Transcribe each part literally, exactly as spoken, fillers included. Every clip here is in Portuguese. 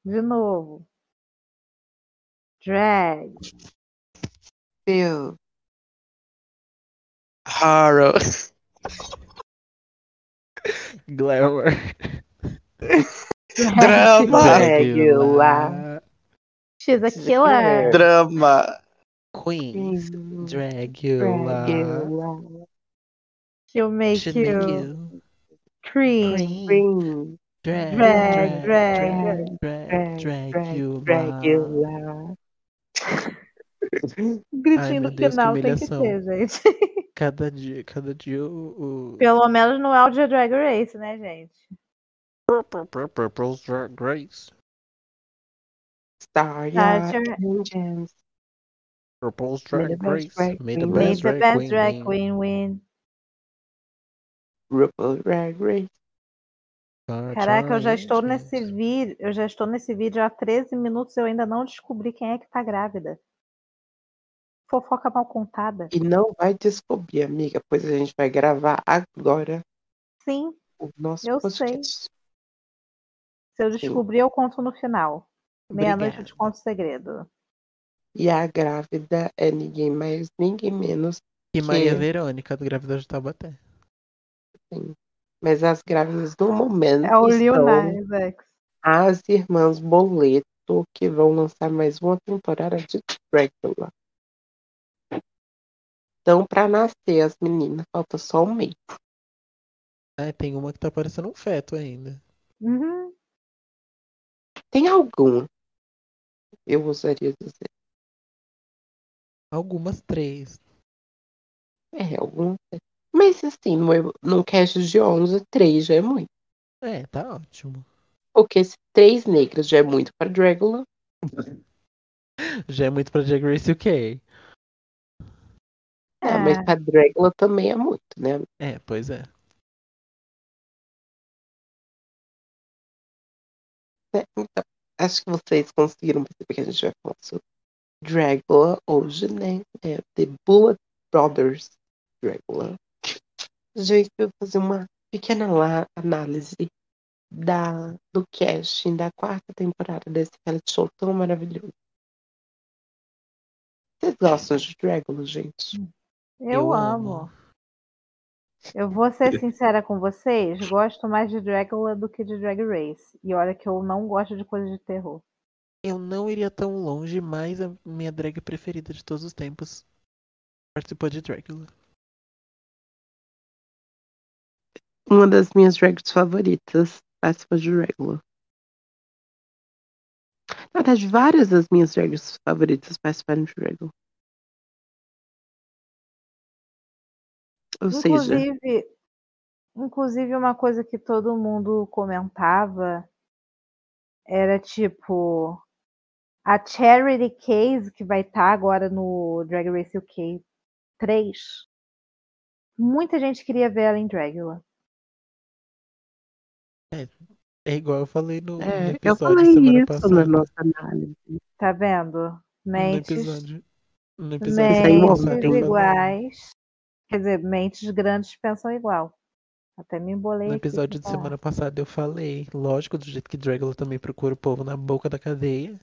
De novo. Drag. Phil. Horror. Glamour. Drama. Dragula. She's a killer. Drama. Queens. Queen. Dragula. Dragula. She'll make Should you make you cream. cream. Queen. Drag, Drag, drag, drag, drag, Drag, drag, Dragula. Dragula. Gritinho meu no Deus, que final tem que humilhação. ter, gente. Cada dia, cada dia o. o... Pelo menos no áudio é Drag Race, né, gente? Purple's Drag Race. Star, Start yeah, your- and gems. Purple's May Drag the best Race. drag May the queen Made best the drag best queen drag win. queen win. RuPaul's Drag Race. Caraca, eu já estou Gente. nesse vídeo, eu já estou nesse vídeo há treze minutos e eu ainda não descobri quem é que tá grávida. Fofoca mal contada. E não vai descobrir, amiga, pois a gente vai gravar agora Sim, o nosso eu podcast. se eu descobrir eu conto no final. Meia-noite eu te Obrigado. conto o segredo. E a grávida é ninguém mais, ninguém menos E que... Maria Verônica, do Grávida de Taubaté. Sim. Mas as grávidas no momento É o Lil são Nas X. as irmãs Boleto, que vão lançar mais uma temporada de Dracula. Então, pra nascer as meninas, falta só um mês. Ah, tem uma que tá parecendo um feto ainda. Uhum. Tem alguma, eu ousaria dizer. Algumas três. É, alguma. Mas assim, no, num cast de onze, três já é muito. É, tá ótimo. Porque se três negras já é muito pra Dracula, Já é muito pra Drag Race U K. é, mas É. pra Dracula também é muito, né? É, pois é. É, então, acho que vocês conseguiram perceber que a gente vai falar sobre Dracula hoje, né? É, The Bullet Brothers Dracula. Gente, eu vou fazer uma pequena la- análise da, do casting da quarta temporada desse reality show tão maravilhoso. Vocês gostam de Dracula, gente? Eu, Eu amo. amo. Eu vou ser sincera com vocês, gosto mais de Dracula do que de Drag Race. E olha que eu não gosto de coisa de terror. Eu não iria tão longe, mas a minha drag preferida de todos os tempos participou de Dracula. Uma das minhas drags favoritas participa de Dracula. Na verdade, várias das minhas drags favoritas participaram de Dracula. Ou seja, Inclusive, inclusive uma coisa que todo mundo comentava era tipo a Charity Case que vai estar agora no Drag Race U K três. Muita gente queria ver ela em Dracula. É igual eu falei no, no é, eu episódio falei semana isso passada. na nossa análise. Tá vendo? No Mentes, episódio. No episódio Isso aí semana mentes passada eu ontem. falei. iguais. Quer dizer, mentes grandes pensam igual. Até me embolei No aqui. episódio de pra falar. semana passada eu falei. Lógico, do jeito que Dracula também procura o povo na boca da cadeia.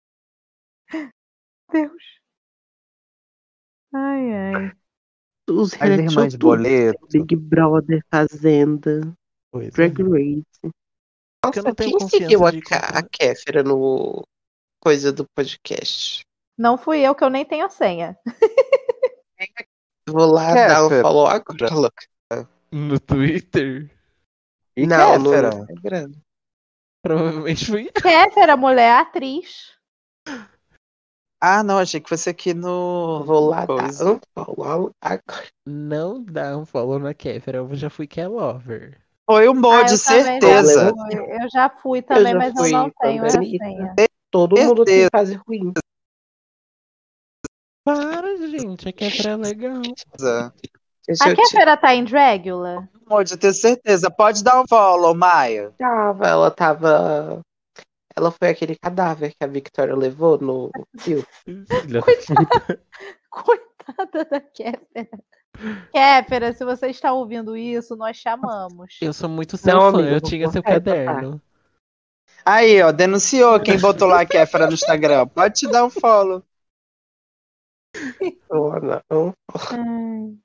Deus. Ai, ai. Os As reality show irmãs tudo. Boleto. Big Brother, Fazenda, Pois Drag é. Race. Porque eu não Nossa, tenho quem confiança seguiu a, de Ca- a acompanhar. Kéfera no coisa do podcast? Não fui eu que eu nem tenho senha. Vou lá dar um Kéfera. follow agora, louca. No Twitter. E Não, no Kéfera? Instagram. Provavelmente fui. Kéfera, mulher, atriz. Ah, não, achei que fosse aqui no. Vou lá coisa. dar um follow agora. Não dá um follow na Kéfera. Eu já fui Lover. Foi um bom, Ah, de eu também já certeza. fui. Eu já fui também, já mas eu fui não tenho a também. senha. Todo mundo tem Certeza. fase ruim. Para, gente. A Kéfera é legal. Deixa A eu te... Kéfera tá em Dragula? Pode ter certeza. Pode dar um follow, Maia. Tava, ela tava. Ela foi aquele cadáver que a Victoria levou no filme. Filha da Coitada. puta. Coitada da Kéfera. Kéfera, se você está ouvindo isso, nós chamamos. Eu sou muito seu Não, fã. amiga, Eu vou tinha seu cortar essa caderno. Aí, ó, denunciou quem botou lá a Kéfera no Instagram. Pode te dar um follow. Oh, não. Ai.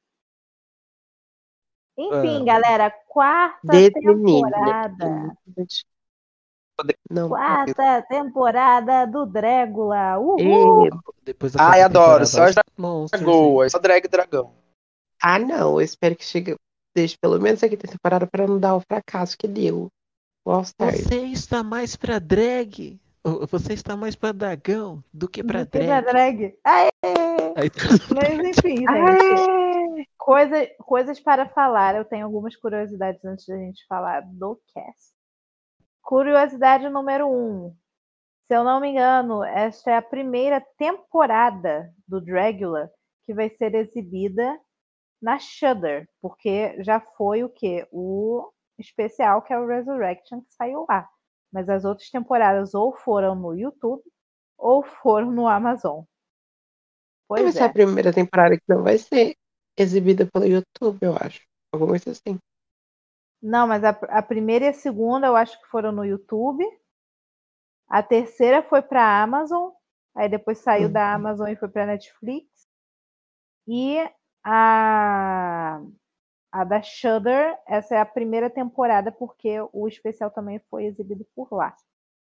Enfim, Vamos. galera, quarta Desmenina. temporada. Não. Quarta temporada do Drégula. E- Uhul! Depois da Ai, quarta adoro. temporada, Só as os monstros, hein? dragoas. Só drag dragão. Ah, não. Eu espero que chegue. Deixe pelo menos aqui tem temporada pra não dar o fracasso que deu. O All Stars. Você está mais pra drag. Ou Você está mais pra dragão do que pra Do que pra drag. drag. Aê! Aí tudo Mas enfim, gente. Ah, Coisa, coisas para falar. Eu tenho algumas curiosidades antes da gente falar do cast. Curiosidade número um. Se eu não me engano, esta é a primeira temporada do Dragula que vai ser exibida na Shudder, porque já foi o quê? O especial, que é o Resurrection, que saiu lá. Mas as outras temporadas ou foram no YouTube ou foram no Amazon. vai Pois ser a é. primeira temporada que não vai ser exibida pelo YouTube, eu acho. Alguma coisa assim. Não, mas a, a primeira e a segunda eu acho que foram no YouTube. A terceira foi para a Amazon. Aí depois saiu Hum. da Amazon e foi para Netflix. E a, a da Shudder, essa é a primeira temporada, porque o especial também foi exibido por lá.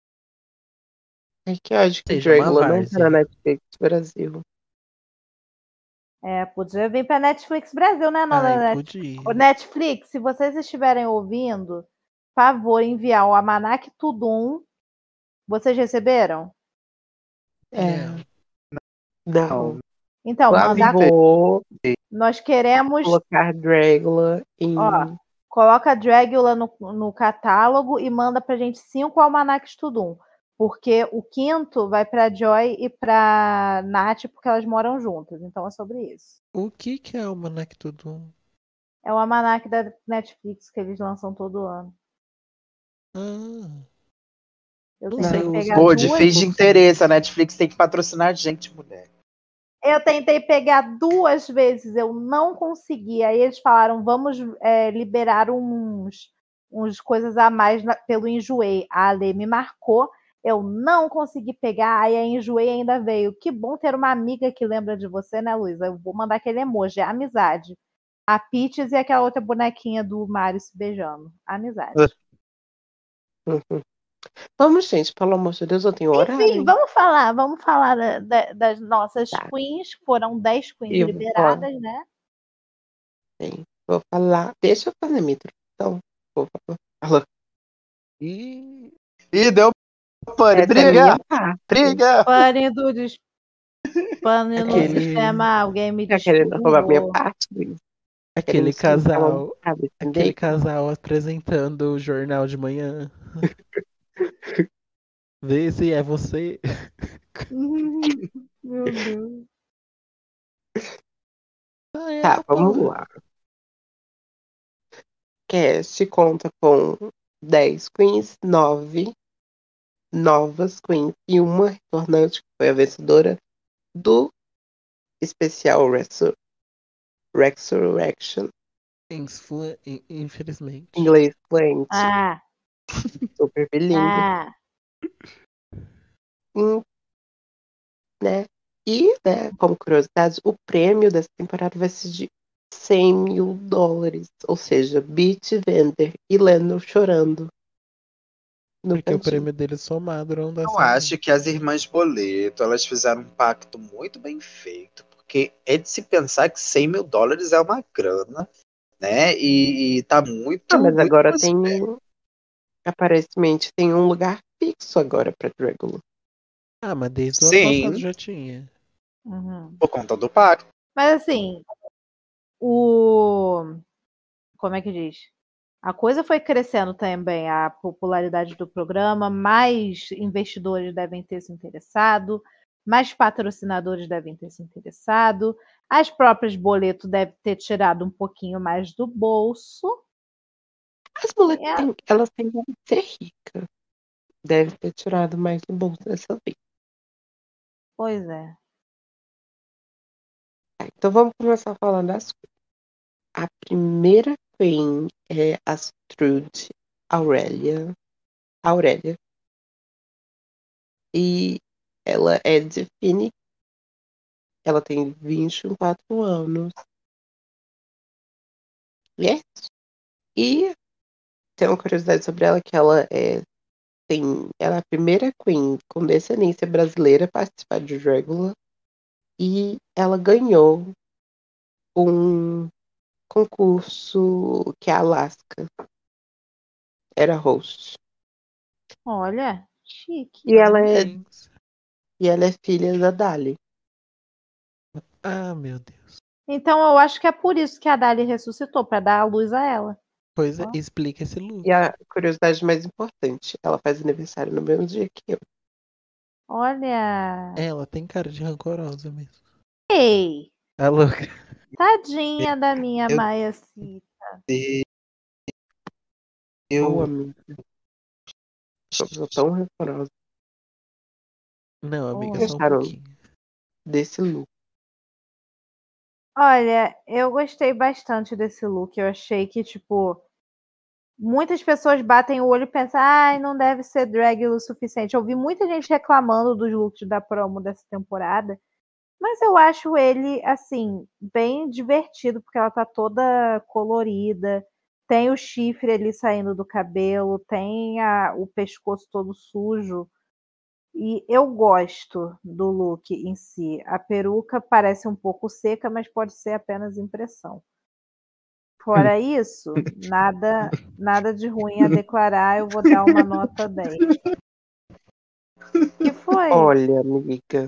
É que eu acho que o Seja uma Dragula não tá na várzea. Netflix Brasil. É, podia vir para Netflix Brasil, né? Não, Ai, Net... podia. Netflix, se vocês estiverem ouvindo, favor enviar o Almanac Tudum. Vocês receberam? É, Não. não. Então, mandar. Favor, Nós queremos. colocar Dragula em. Ó, coloca a Dragula no, no catálogo e manda pra gente cinco almanacs Tudum. Porque o quinto vai pra Joy e pra Nath, porque elas moram juntas. Então é sobre isso. O que que é o Almanac Tudum? É o almanac da Netflix que eles lançam todo ano. Ah, Eu não tentei sei, Não. os pegar Pô, de duas. fez de interesse. A Netflix tem que patrocinar a gente, mulher. Eu tentei pegar duas vezes, eu não consegui. Aí eles falaram, vamos é, liberar uns, uns coisas a mais na, pelo Enjoei. A Ale me marcou, eu não consegui pegar, aí a Enjoei ainda veio. Que bom ter uma amiga que lembra de você, né, Luísa? Eu vou mandar aquele emoji, é amizade. A Peaches e aquela outra bonequinha do Mario se beijando. Amizade. Uhum. Vamos, gente, pelo amor de Deus, eu tenho horário. Enfim, hein? vamos falar, vamos falar da- da- das nossas Tá. queens. Foram dez queens Eu vou falar. liberadas, né? Sim, vou falar. Deixa eu fazer minha introdução. Vou falar. E Ih, deu pane. Essa é a Briga! minha parte. Briga! Pane do des... Pane no Aquele- sistema, alguém me Tá querendo roubar minha desculpou. parte, Luiz? aquele Querendo sujar uma casal, bocada, aquele entendeu? casal apresentando o jornal de manhã. Vê se é você. Meu Deus. Ah, é, Tá, vamos porra. lá. Cast conta com dez queens, nove novas queens e uma retornante, que foi a vencedora do especial Resur- Resurrection, Influ- in- Infelizmente. inglês fluente, Ah, super bilíngue, ah. Hum, né? E, né, como curiosidade, o prêmio dessa temporada vai ser de cem mil dólares, ou seja, Beat Vender e Lennon chorando no Porque o cantinho. prêmio dele somado não dá Eu certo. acho que as irmãs Boleto, elas fizeram um pacto muito bem feito, porque é de se pensar que cem mil dólares é uma grana, né? E, e tá muito, Ah, mas muito agora tem, prospero. aparentemente, tem um lugar fixo agora pra Dragula. Ah, mas desde o ano Sim. passado já tinha. Uhum. Por conta do pacto. Mas assim, o. Como é que diz? A coisa foi crescendo também, a popularidade do programa, mais investidores devem ter se interessado, mais patrocinadores devem ter se interessado, as próprias boletos devem ter tirado um pouquinho mais do bolso. As boletas, É. têm- elas têm que ser ricas. Deve ter tirado mais do bolso dessa vez. Pois é. Tá, então vamos começar falando das coisas. A primeira queen é Astrude Aurélia. Aurélia. E ela é de Phoenix. Ela tem vinte e quatro anos. Yes. E tem uma curiosidade sobre ela que ela é tem, ela é a primeira Queen com descendência brasileira a participar de Dragula. E ela ganhou um concurso que a Alaska era host. Olha, chique. E ela é, Parabéns. e ela é filha da Dali. Ah, meu Deus. Então eu acho que é por isso que a Dali ressuscitou, pra dar a luz a ela. Pois é, Ó. explica esse look. E a curiosidade mais importante, ela faz aniversário no mesmo dia que eu. Olha. Ela tem cara de rancorosa mesmo. Ei, A louca. tadinha da minha Eu- Maia Cita. Eu, Eu, amiga, sou uma pessoa tão rancorosa Não, amiga, Oi. só um Gostaram? pouquinho. desse look. Olha, eu gostei bastante desse look. Eu achei que, tipo, muitas pessoas batem o olho e pensam, ai, não deve ser drag o suficiente. Eu vi muita gente reclamando dos looks da promo dessa temporada, mas eu acho ele, assim, bem divertido, porque ela tá toda colorida, tem o chifre ali saindo do cabelo, tem a- o pescoço todo sujo. E eu gosto do look em si. A peruca parece um pouco seca, mas pode ser apenas impressão. Fora isso, nada, nada de ruim a declarar. Eu vou dar uma nota dez. Que foi? Olha, amiga.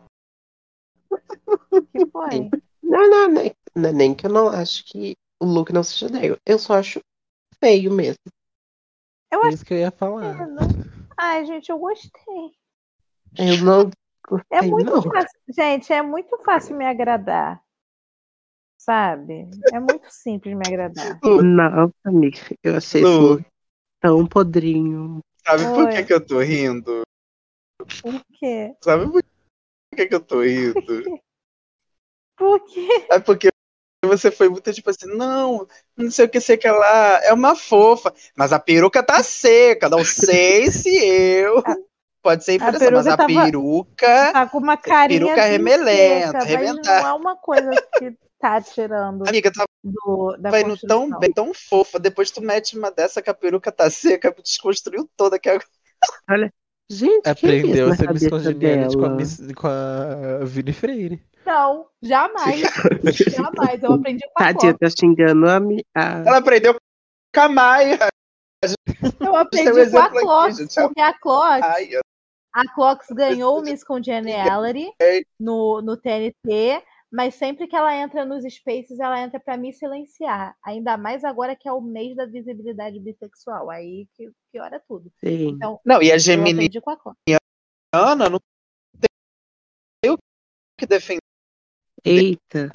Que foi? Não, não, não, é- não é nem que eu não acho que o look não seja negro. Eu só acho feio mesmo. Eu É achei. isso que eu ia falar. Não... Ai, gente, eu gostei. Eu não É gostei, muito não. fácil. Gente, é muito fácil me agradar. Sabe? É muito simples me agradar. Nossa, amiga. Eu achei esse Lu, look tão podrinho. sabe por que, Oi. que eu tô rindo? Por quê? Sabe por que, que eu tô rindo? Por quê? É porque você foi muito tipo assim, não, não sei o que, sei que lá, é uma fofa, mas a peruca tá seca, não sei se eu. A, Pode ser a impressão, mas peruca a tava, peruca, tá com uma carinha peruca de remelenta, seca, mas não é arrebentar. uma coisa que tá tirando Amiga, tava do, da indo tão construção. bem, tão fofa, depois tu mete uma dessa que a peruca tá seca, desconstruiu toda que agora. Olha, gente, que é isso Aprendeu a na ser Miss cabeça Congeniality com a, dela? Miss, com a Vini Freire. Não, jamais. Jamais. Eu aprendi com a Tadinha, Clox. tá xingando a, mi- a... Ela aprendeu com a Maia. Eu A gente tem um aprendi com a exemplo aqui, Clox, gente. A porque a Clox, Maia. a Clox ganhou o Miss Congeniality no, no T N T, mas sempre que ela entra nos spaces, ela entra pra me silenciar. Ainda mais agora que é o mês da visibilidade bissexual. Aí que piora tudo. Sim. Então, Não, e a eu Geminiana aprendi com a Clox. não tem o que defender. Eita.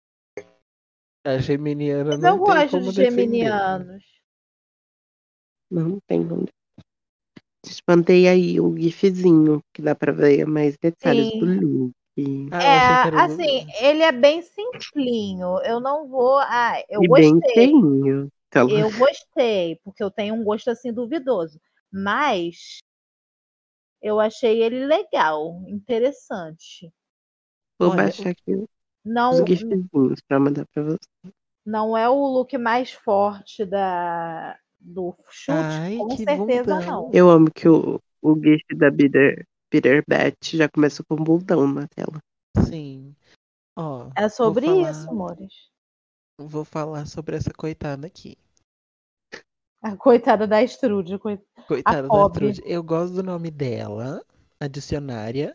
A Geminiana Mas eu não tem gosto como de defender. geminianos. Não tem como. Mandei aí o gifzinho, que dá pra ver mais detalhes do Sim. look. Ah, eu É, achei que era o assim, ele é bem simplinho. Eu não vou. Ah, eu E bem gostei. feinho. Então, Eu gostei, porque eu tenho um gosto assim duvidoso. Mas eu achei ele legal, interessante. vou Olha, baixar aqui os Não, gifzinhos pra mandar pra você. não é o look mais forte da do chute, ai, com que certeza bundão. não. Eu amo que o, o gif da Bitter, Bitter Bat já começa com um bundão na tela. Sim. Ó, É vou sobre falar, isso, amores. vou falar sobre essa coitada aqui. A coitada da Strude, coit... a Coitada da pobre. Trude. Eu gosto do nome dela, a dicionária.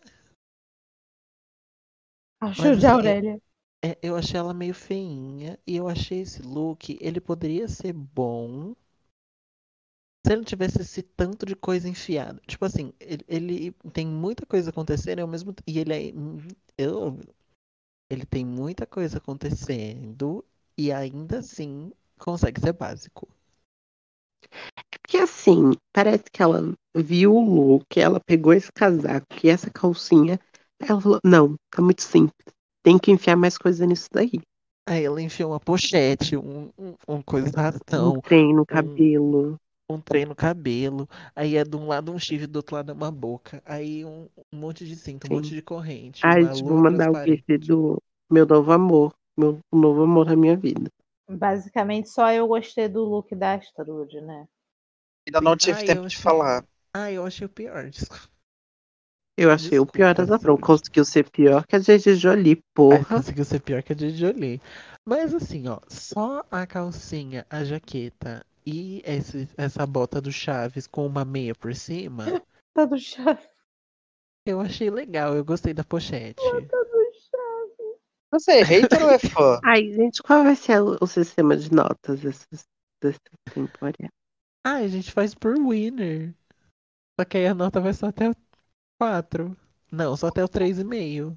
A Mas Strude assim, Aurélia. é, eu achei ela meio feinha. E eu achei esse look, ele poderia ser bom se ele não tivesse esse tanto de coisa enfiada. Tipo assim, ele, ele tem muita coisa acontecendo ao mesmo tempo. E ele é. Eu, ele tem muita coisa acontecendo e ainda assim consegue ser básico. Porque assim, parece que ela viu o look, ela pegou esse casaco e essa calcinha, ela falou, não, tá muito simples. Tem que enfiar mais coisa nisso daí. Aí ela enfiou uma pochete, um, um, um coisa de Um rastão, trem no um, cabelo. um trem no cabelo, aí é de um lado um chifre, do outro lado é uma boca, aí um, um monte de cinto, um Sim. monte de corrente, Ai, uma gente, vou lua mandar o transparente. GIF do meu novo amor. Meu novo amor da minha vida. Basicamente, só eu gostei do look da Astrude, né? Ainda não tive Ai, tempo eu de achei. falar. Ai, eu achei o pior, desculpa. Eu achei o pior Desculpa, das afrontas. Astrid. Conseguiu ser pior que a Gigi Jolie, Ai, porra. conseguiu ser pior que a de Jolie. Mas assim, ó, só a calcinha, a jaqueta e esse, essa bota do Chaves com uma meia por cima, Tá do chá. eu achei legal, eu gostei da pochete. Tá do chá. Você é hater ou é fã? Ai, gente, qual vai ser o, o sistema de notas dessa, dessa temporada? Ah, a gente faz por winner. Só que aí a nota vai só até o quatro. Não, só até o três e meio.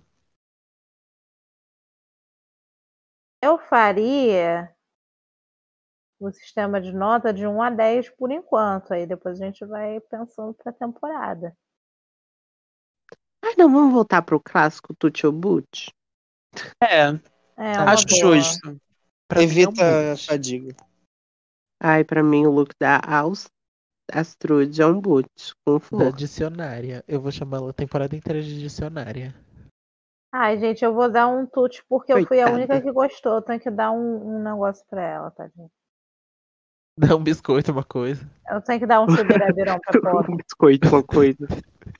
Eu faria o sistema de nota de um a dez por enquanto. Aí depois a gente vai pensando pra temporada. Ai, não, vamos voltar pro clássico Tutti ou Butti? É, É uma acho boa. justo. Pra mim é um Evita a boot. fadiga. Ai, pra mim o look da Aus, Astrude é um boot com Da flor. dicionária. Eu vou chamar ela a temporada inteira de dicionária. Ai, gente, eu vou dar um tute porque eu fui a única Coitada. que gostou. Eu tenho que dar um, um negócio pra ela, tadinha. Dá um biscoito, uma coisa. Eu tenho que dar um chibirabirão pra pobre. Um biscoito, uma coisa.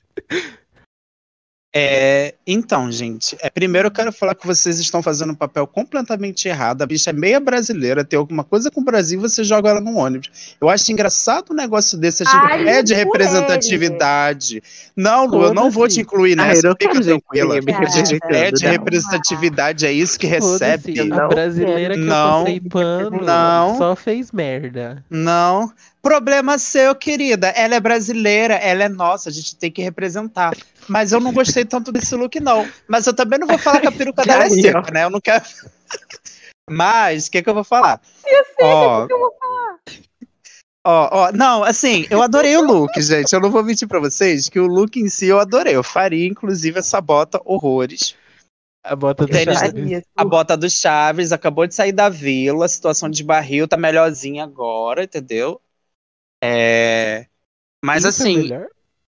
É, então, gente, é, primeiro eu quero falar que vocês estão fazendo um papel completamente errado. A bicha é meia brasileira, tem alguma coisa com o Brasil, você joga ela no ônibus. Eu acho engraçado um negócio desse, a gente Fale pede por representatividade. Não, Lu, eu não vou te Foda-se. incluir Ai, eu nessa, não fica quero gente tranquila. feia me Cara, A gente representando, pede não. representatividade, é isso que Foda-se. recebe. Eu A não brasileira quero que eu Não, passei pano não. só fez merda. Não. Problema seu, querida. Ela é brasileira, ela é nossa, a gente tem que representar. Mas eu não gostei tanto desse look, não. Mas eu também não vou falar que a peruca dela é Aí, ó. seca, né? Eu não quero. Mas, o que, que eu vou falar? Eu sei Ó, o que eu vou falar. ó, ó. Não, assim, eu adorei o look, gente. Eu não vou mentir pra vocês que o look em si eu adorei. Eu faria, inclusive, essa bota horrores. A bota do Eu Tênis, faria. a bota do Chaves acabou de sair da vila, a situação de barril tá melhorzinha agora, entendeu? É. Mas Isso é assim, melhor?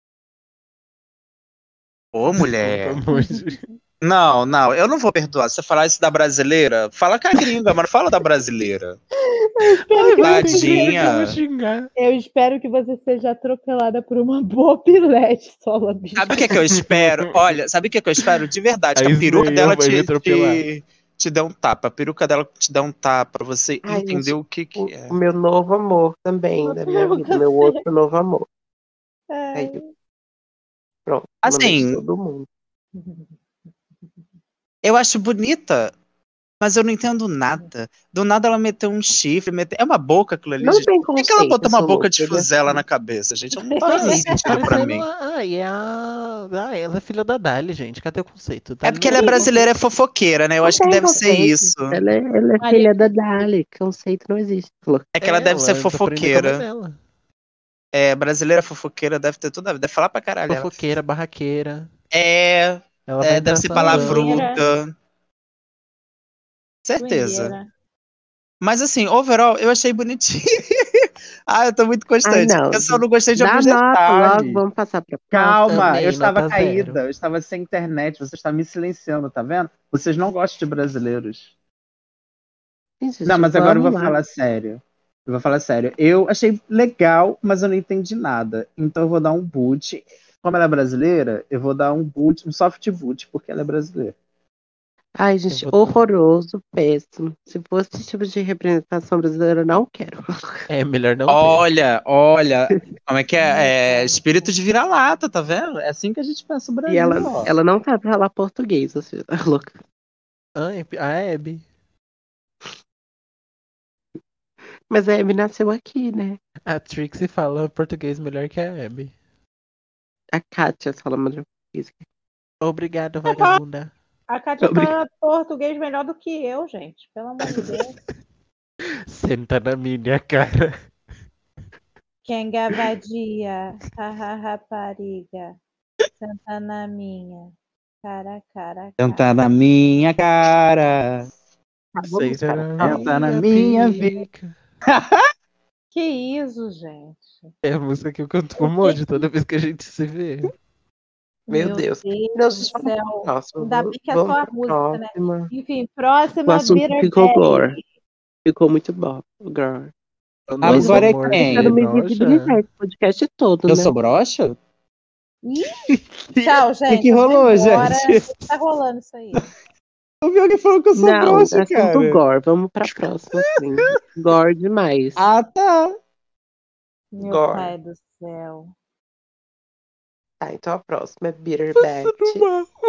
ô Desculpa, mulher. amor. de- Não, não, eu não vou perdoar. Se você falar isso da brasileira, fala com a gringa, mas não fala da brasileira. Eu espero, Ai, que vai você, entender que eu vou Tadinha. xingar. eu espero que você seja atropelada por uma boa pilete, sola bicho. Sabe o que é que eu espero? Olha, sabe o que é que eu espero de verdade? A Que a peruca Snail dela vai me te, atropelar. te, te dê um tapa. A peruca dela te dê um tapa pra você Ai, entender gente, o que o, que é. o meu novo amor também, Uma da minha vida. peruca Meu seca. outro novo amor. Ai. Aí, pronto, mandei de Assim, todo mundo. eu acho bonita, mas eu não entendo nada. Do nada ela meteu um chifre, meteu... é uma boca aquilo ali, Não gente. tem Por que que ela conceito botou uma esse boca look. de Ele é fuzela assim. na cabeça, gente? Eu não tá Ai, fazendo tá sentido pra parecendo. mim. a- Ai, é a. Ah, ela é filha da Dali, gente. Cadê o conceito? É Dali porque não ela é tem brasileira, é conceito. fofoqueira, né? Eu Não acho que tem deve ser conceito. isso. Ela é, ela é Maria filha da Fufuca. Dali. Conceito não existe. Falou. É que ela É, deve ser ela aprendeu com a mãe fofoqueira. dela. É, brasileira fofoqueira deve ter tudo a ver. Deve falar pra caralho ela. Fofoqueira, barraqueira. É, Ela vai é, entrar deve ser sambando. palavruda. Certeza. Swingueira. Mas assim, overall, eu achei bonitinho. Ah, eu tô muito Ai, constante. não. Eu só não gostei de Dá alguns nota logo, detalhes. vamos passar pra próxima. Calma, eu Amei, estava nota caída, zero. eu estava sem internet, você está me silenciando, tá vendo? Vocês não gostam de brasileiros. Gente, Não, mas agora eu vou vamos lá. falar sério. Eu vou falar sério. Eu achei legal, mas eu não entendi nada. Então eu vou dar um boot. Como ela é brasileira, eu vou dar um boot, um soft boot, porque ela é brasileira. Ai, gente, Eu vou- horroroso, péssimo. Se fosse esse tipo de representação brasileira, eu não quero. É melhor não ter. Olha, olha, como é que é? É espírito de vira-lata, tá vendo? É assim que a gente pensa o Brasil, E ela, ó. ela não sabe falar português, assim, tá louca. Ai, a Abby. Mas a Abby nasceu aqui, né? A Trixie fala português melhor que a Abby. A Kátia fala mais português. Obrigado, vagabunda. A Kátia Obrigada. fala português melhor do que eu, gente. Pelo amor de Deus. Senta na minha cara. Kenga vadia. Haha, rapariga. Senta na minha. Cara, cara, cara. Senta na minha cara. Tá, vamos Senta para na a próxima. Senta na minha minha pica. Que isso, gente? É a música que eu canto pro Monte toda vez que a gente se vê. Meu Deus. Deus Não, do gente, vamos pro céu. próximo. Ainda Vamos, bem que é vamos só a pra música, né? próxima. Enfim, O próxima, assunto Bitter ficou Betty. gore. Ficou muito bom, girl. Nossa, Agora é amor, quem? Deixando que minha noja. visibilidade o podcast todo, Eu né? sou broxa? Ih, tchau, gente. que eu vou rolou, embora. gente? O que tá rolando isso aí? Eu vi alguém falando que eu sou Não, broxa, assunto cara. gore. Vamos pra próxima, sim. Gore demais. Ah, tá. Meu Gore. pai do céu. Tá, então a próxima é Bitter Batch.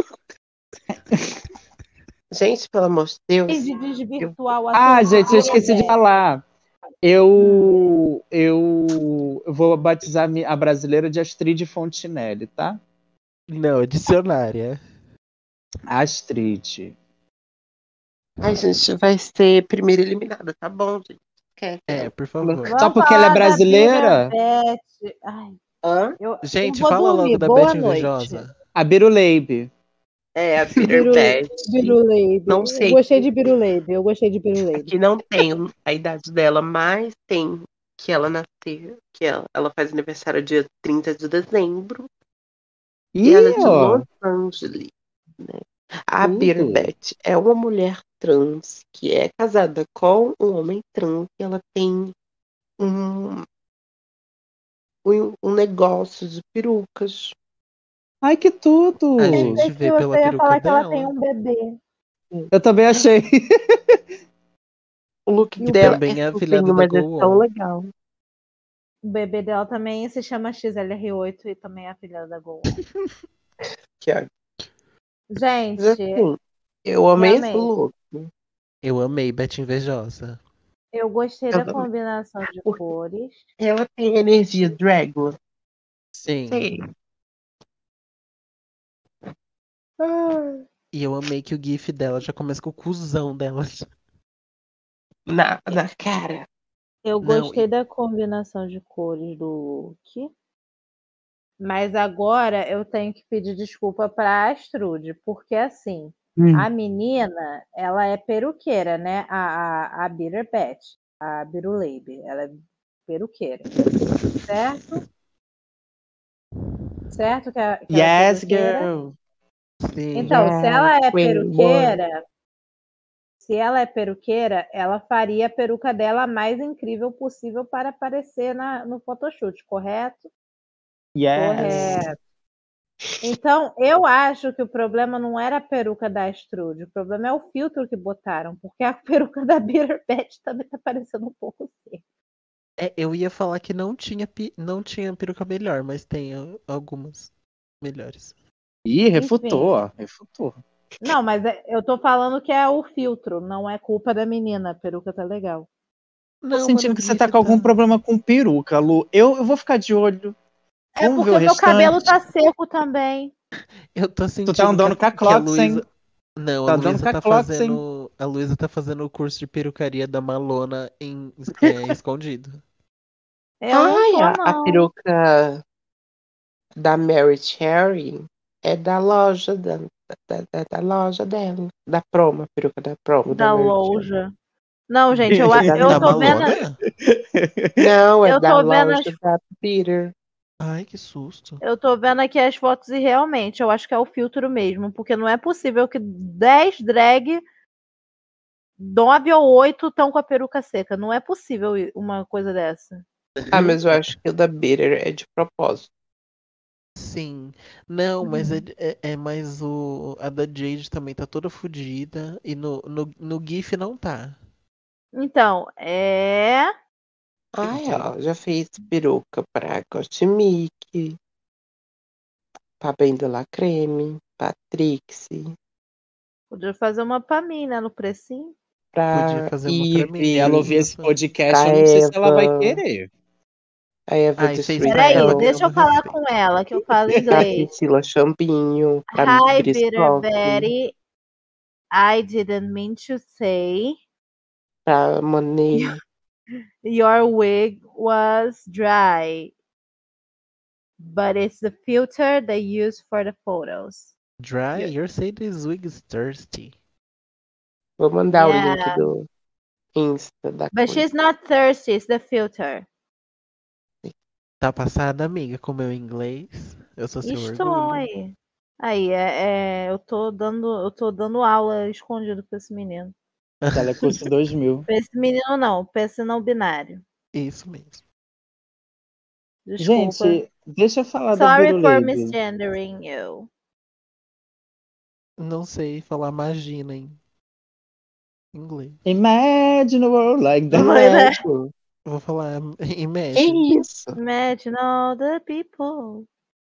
Gente, pelo amor de Deus. De desvirtuar o Ah, assunto. gente, eu esqueci de Bitter falar. Eu, eu vou batizar mi- a brasileira de Astrid Fontinelli, tá? Não, é dicionária. Astrid. Ai, gente, vai ser primeira eliminada, tá bom, gente? Esquece. É, por favor. Vamos Só porque ela é falar da brasileira? Bitter Betty. Ai, Hã? eu, eu Gente, vou fala dormir. logo da Boa Beth noite. Invejosa. A Biruleibe. É, a Bitter Biru, Batch. Biruleibe. Não Eu sei. gostei de Biruleibe. Eu gostei de Biruleibe. Aqui não tem a idade dela, mas tem que ela nasceu, que ela, ela faz aniversário dia trinta de dezembro. E Ih, ela é de ó. Los Angeles, né? A Tudo. Bitter Betty é uma mulher trans que é casada com um homem trans e ela tem um, um, um negócio de perucas. Ai, que tudo. A Pensei gente que vê pela você ia peruca falar que ela dela. tem um bebê. Eu também achei. O look E o dela Também é é a afilhada fofinho, da mas é Go tão On. legal. O bebê dela também se chama X L R oito e também é a filha da Gol. Que é- Gente, Mas assim, eu amei esse amei. look. Eu amei Beth Invejosa. Eu gostei Eu da também. combinação de Porque cores. ela tem energia Dragula. Sim. Sei. E eu amei que o gif dela já começa com o cuzão dela. Na, na cara. Eu Não, gostei e- da combinação de cores do look. Mas agora eu tenho que pedir desculpa para a Astrude, porque assim, Hum. a menina, ela é peruqueira, né? A, a, a Bitter Betty, a Biruleibe, ela é peruqueira, certo? Certo que é, que ela é Yes, peruqueira? girl. sim. Então, se ela é Queen, peruqueira, se ela é peruqueira, ela faria a peruca dela a mais incrível possível para aparecer na, no photoshoot, correto? Yes. Correto. Então, eu acho que o problema não era a peruca da Astrude, o problema é o filtro que botaram, porque a peruca da Bitter Betty também tá parecendo um pouco assim. É, eu ia falar que não tinha, pi- não tinha peruca melhor, mas tem ah, algumas melhores. Ih, refutou, Enfim. ó. Refutou. Não, mas é- eu tô falando que é o filtro, não é culpa da menina, a peruca tá legal. Tô Não, sentindo mano, que o você gif tá com algum tá- problema com peruca, Lu. Eu, eu vou ficar de olho. É Vamos ver porque o meu cabelo restante. tá seco também. Eu tô sentindo Tu tá andando que com a a, que a Clocks, hein? Luísa. Não, Tá a andando Luísa com a tá Clocks, hein? fazendo. A Luísa tá fazendo o curso de perucaria da Malona em é, escondido. Eu não Ai, tô, a, a não. peruca da Mary Cherry é da loja da, da, da, da loja dela. Da promo, a peruca da promo da, Da Mary Cherry. loja. Não, gente, eu, É da eu Da tô vendo. Malona? Não, é Eu da tô vendo loja as da Peter. Ai, que susto. Eu tô vendo aqui as fotos e realmente eu acho que é o filtro mesmo, porque não é possível que dez drag, nove ou oito estão com a peruca seca. Não é possível uma coisa dessa. Ah, mas eu acho que o da Bitter é de propósito. Sim. Não, mas é, Uhum. é, é mais o. A da Jade também tá toda fodida. E no, no, no GIF não tá. Então, é. Ai, ó, já fez peruca pra Cosmic, pra Bem de la Creme, pra Trixie, Podia fazer uma pra mim, né? No precinho. Podia pra fazer uma pra mim. Eve, Se ela ouvir esse Isso. podcast, pra eu não sei se ela vai Eva, querer. a Eva Ai, fez pra Peraí, ela, Destruição, ganhou deixa eu meu falar respeito. com ela, que eu falo pra inglês. Priscila Chambinho, pra Hi, Brice Bitter Locke, Betty. I didn't mean to say pra Monet. your wig was dry, but it's the filter they use for the photos. Dry, Yeah. you're saying this wig is thirsty. Vou mandar Yeah. o link do Insta da But coisa. she's not thirsty, it's the filter. Tá passada, amiga, com o meu inglês. Eu sou seu Estou orgulho. aí. Aí, é, é, eu tô dando, eu tô dando aula escondido pra esse menino. Telecurso dois mil. Pra esse menino não, pra esse não binário. Isso mesmo. Desculpa. Gente, deixa eu falar da Sorry for Birulebe. misgendering you. Não sei falar magina em inglês. Imagine a world like that. Imagine. Vou falar Que imagine. isso? Imagine all the people.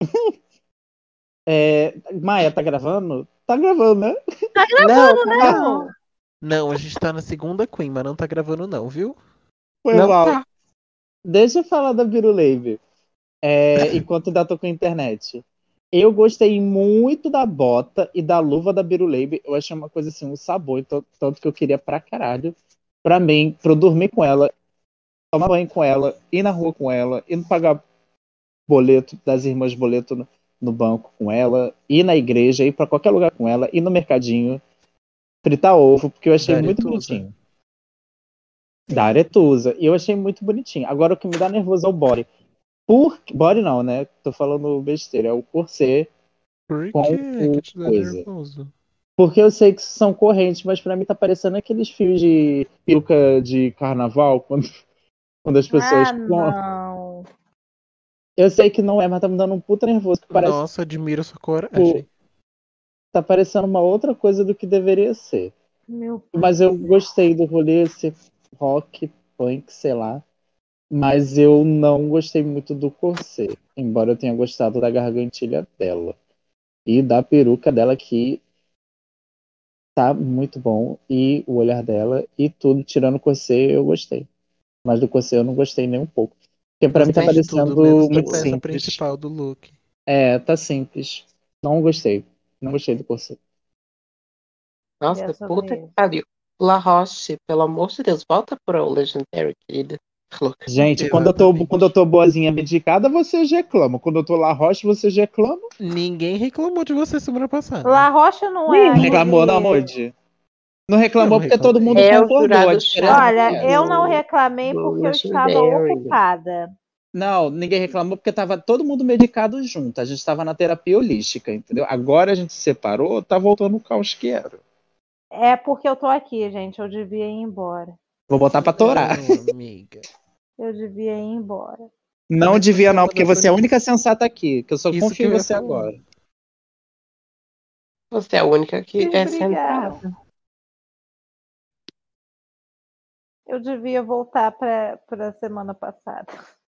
É, Maia, tá gravando? Tá gravando, né? Tá Não, gravando, tá né, não. amor? Não, a gente tá na segunda Queen, mas não tá gravando não, viu? Foi Não mal. tá. Deixa eu falar da Birulebe. É, enquanto ainda tô com a internet. Eu gostei muito da bota e da luva da Birulebe. Eu achei uma coisa assim, um sabor, então, tanto que eu queria pra caralho. Pra mim, pra eu dormir com ela, tomar banho com ela, ir na rua com ela, ir pagar boleto das irmãs boleto no, no banco com ela, ir na igreja, ir pra qualquer lugar com ela, ir no mercadinho, fritar ovo, porque eu achei Da muito Aretusa. bonitinho. Da Aretusa. E eu achei muito bonitinho. Agora o que me dá nervoso é o body. Por... Body não, né? Tô falando besteira. É o corset Por com que o que te dá coisa. nervoso? Porque eu sei que são correntes, mas pra mim tá parecendo aqueles fios de peruca de carnaval, quando, quando as pessoas. Ah, não. Eu sei que não é, mas tá me dando um puta nervoso. Que parece, Nossa, admiro sua tipo, coragem. tá parecendo uma outra coisa do que deveria ser. Meu pai. Mas eu gostei do rolê ser rock, punk, sei lá. Mas eu não gostei muito do corset. Embora eu tenha gostado da gargantilha dela. E da peruca dela, que tá muito bom. E o olhar dela. E tudo, tirando o corset, eu gostei. Mas do corset eu não gostei nem um pouco. Porque pra mim tá Gostei de tudo, menos parecendo da muito peça simples. principal do look. É, tá simples. Não gostei. Não gostei do corset. Nossa, E é sobre puta que isso. pariu. La Roche, pelo amor de Deus, volta pro Legendary, querida. Louca. Gente, quando eu, tô, Exatamente. quando eu tô boazinha medicada, vocês reclamam. Quando eu tô La Roche, vocês reclamam. Ninguém reclamou de você semana passada. La Rocha não Ih, é não reclamou, não, aquele. Moody? Não reclamou Eu porque todo reclamei. mundo É o concordou. A jurado diferença chato Olha, é eu essa. não do, reclamei do porque eu estava Legendary. ocupada. Não, ninguém reclamou porque tava todo mundo medicado junto. A gente tava na terapia holística, entendeu? Agora a gente se separou, tá voltando o caos que era. É porque eu tô aqui, gente. Eu devia ir embora. Vou botar pra torar. Não, amiga. Eu devia ir embora. Não Mas devia não, pensando porque na você é a sua- única sensata aqui, que eu só Isso que confio em eu ia você falar. agora. Você é a única que é Obrigada. centrada. Eu devia voltar para a semana passada.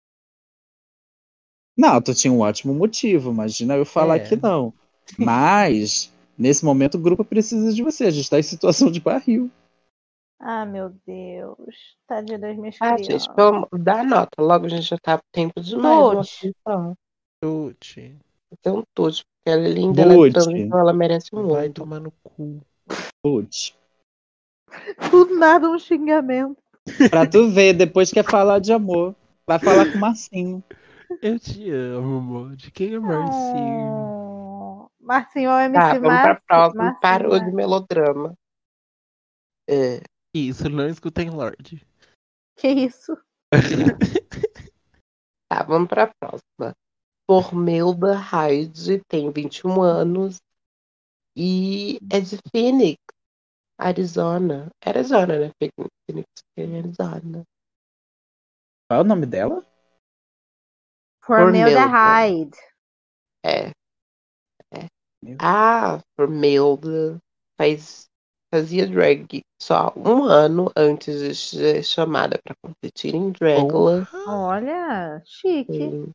Não, tu tinha um ótimo motivo, imagina eu falar É. que não. Mas, nesse momento, o grupo precisa de você. A gente tá em situação de barril. Ah, meu Deus. Tadinha das minhas Ah, crianças. gente, pelo amor, dá nota. Logo a gente já tá tempo demais. Uma Tuts. atenção. Tuti, Então, tudo. Porque ela é linda, ela é Butch, trans, então ela merece um vai mundo. tomar no cu. Butch. Do nada um xingamento. Pra tu ver, depois quer falar de amor. Vai falar com o Marcinho. Eu te amo, amor. De quem é Marcinho? Oh. Marcinho é o Tá, M C vamos pra Marcinho. próxima. Marcinho, Parou de né? melodrama. É, Isso, não escutem Lorde. Que isso? tá, vamos pra próxima. Formelda Hyde tem vinte e um anos e é de Phoenix, Arizona. Arizona, né? Phoenix, Arizona. Qual é o nome dela? Formelda Formelda. Hyde. É. é. Meu. A Formelda faz, fazia drag só um ano antes de ser chamada para competir em Dragula. Porra! Olha, chique. Sim.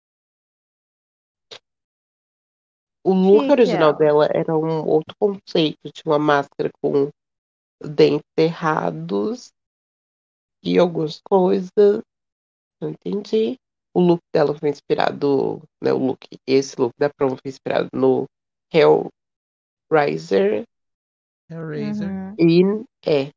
O look Chique original ela. dela era um outro conceito. Tinha uma máscara com dentes errados e algumas coisas. Não entendi. O look dela foi inspirado, né, o look, esse look da promo foi inspirado no Hellraiser Hellraiser. Uhum. e é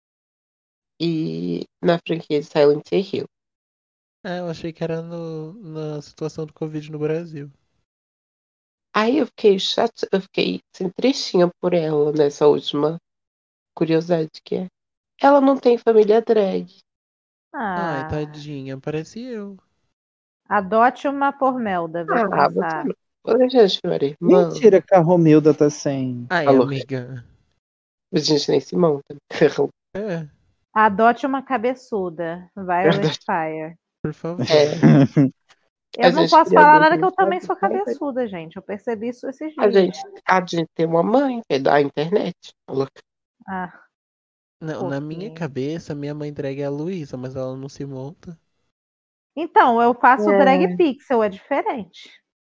e na franquia de Silent Hill. Ah, eu achei que era no, na situação do Covid no Brasil. Aí eu fiquei chate... eu fiquei assim, tristinha por ela nessa última curiosidade que é. Ela não tem família drag. Ai, Ah, tadinha, parece eu. Adote uma Pormelda, vai Ah, você começar. não. Vou deixar de chamar irmã. Mentira que a Romilda tá sem. Ai, Falou. amiga. A gente nem se monta. É, Adote uma cabeçuda, Violet Fire. por favor. É, Eu A não gente posso queria falar ver nada quem que eu também sabe, sou sabe? cabeçuda, gente. Eu percebi isso esses a dias. gente, a gente tem uma mãe que é da internet. Falou. Ah, Não, na minha fofinho. cabeça, minha mãe drag é a Luísa, mas ela não se monta. Então, eu faço É. drag pixel, é diferente.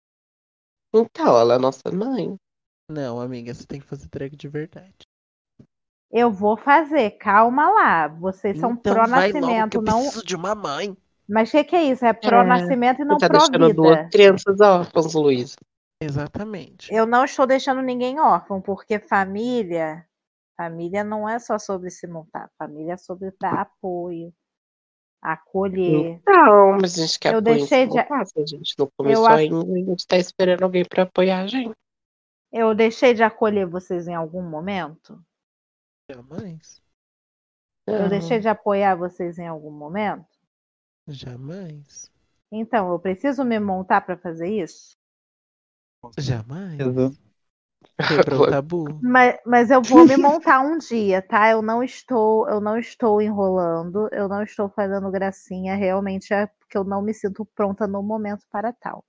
Então, ela é nossa mãe. Não, amiga, você tem que fazer drag de verdade. Eu vou fazer, calma lá. Vocês são Então vai logo que pró-nascimento, eu não. preciso de uma mãe. Mas o que, que é isso? É pró-nascimento e Você não tá deixando duas pró-vida. crianças órfãs, Luísa. Exatamente. Eu não estou deixando ninguém órfão, porque família, família não é só sobre se montar. Família é sobre dar apoio, acolher. Então, mas a gente quer Eu apoio em deixei de- cima A gente não Eu começou acho- ainda, a gente tá esperando alguém pra apoiar a gente. Eu deixei de acolher vocês em algum momento? Jamais. Eu Não. deixei de apoiar vocês em algum momento? Jamais. Então, eu preciso me montar para fazer isso? Jamais. Oi. Quebrou o tabu. Mas, mas eu vou me montar um dia, tá? Eu não estou, eu não estou enrolando, eu não estou fazendo gracinha, realmente é porque eu não me sinto pronta no momento para tal.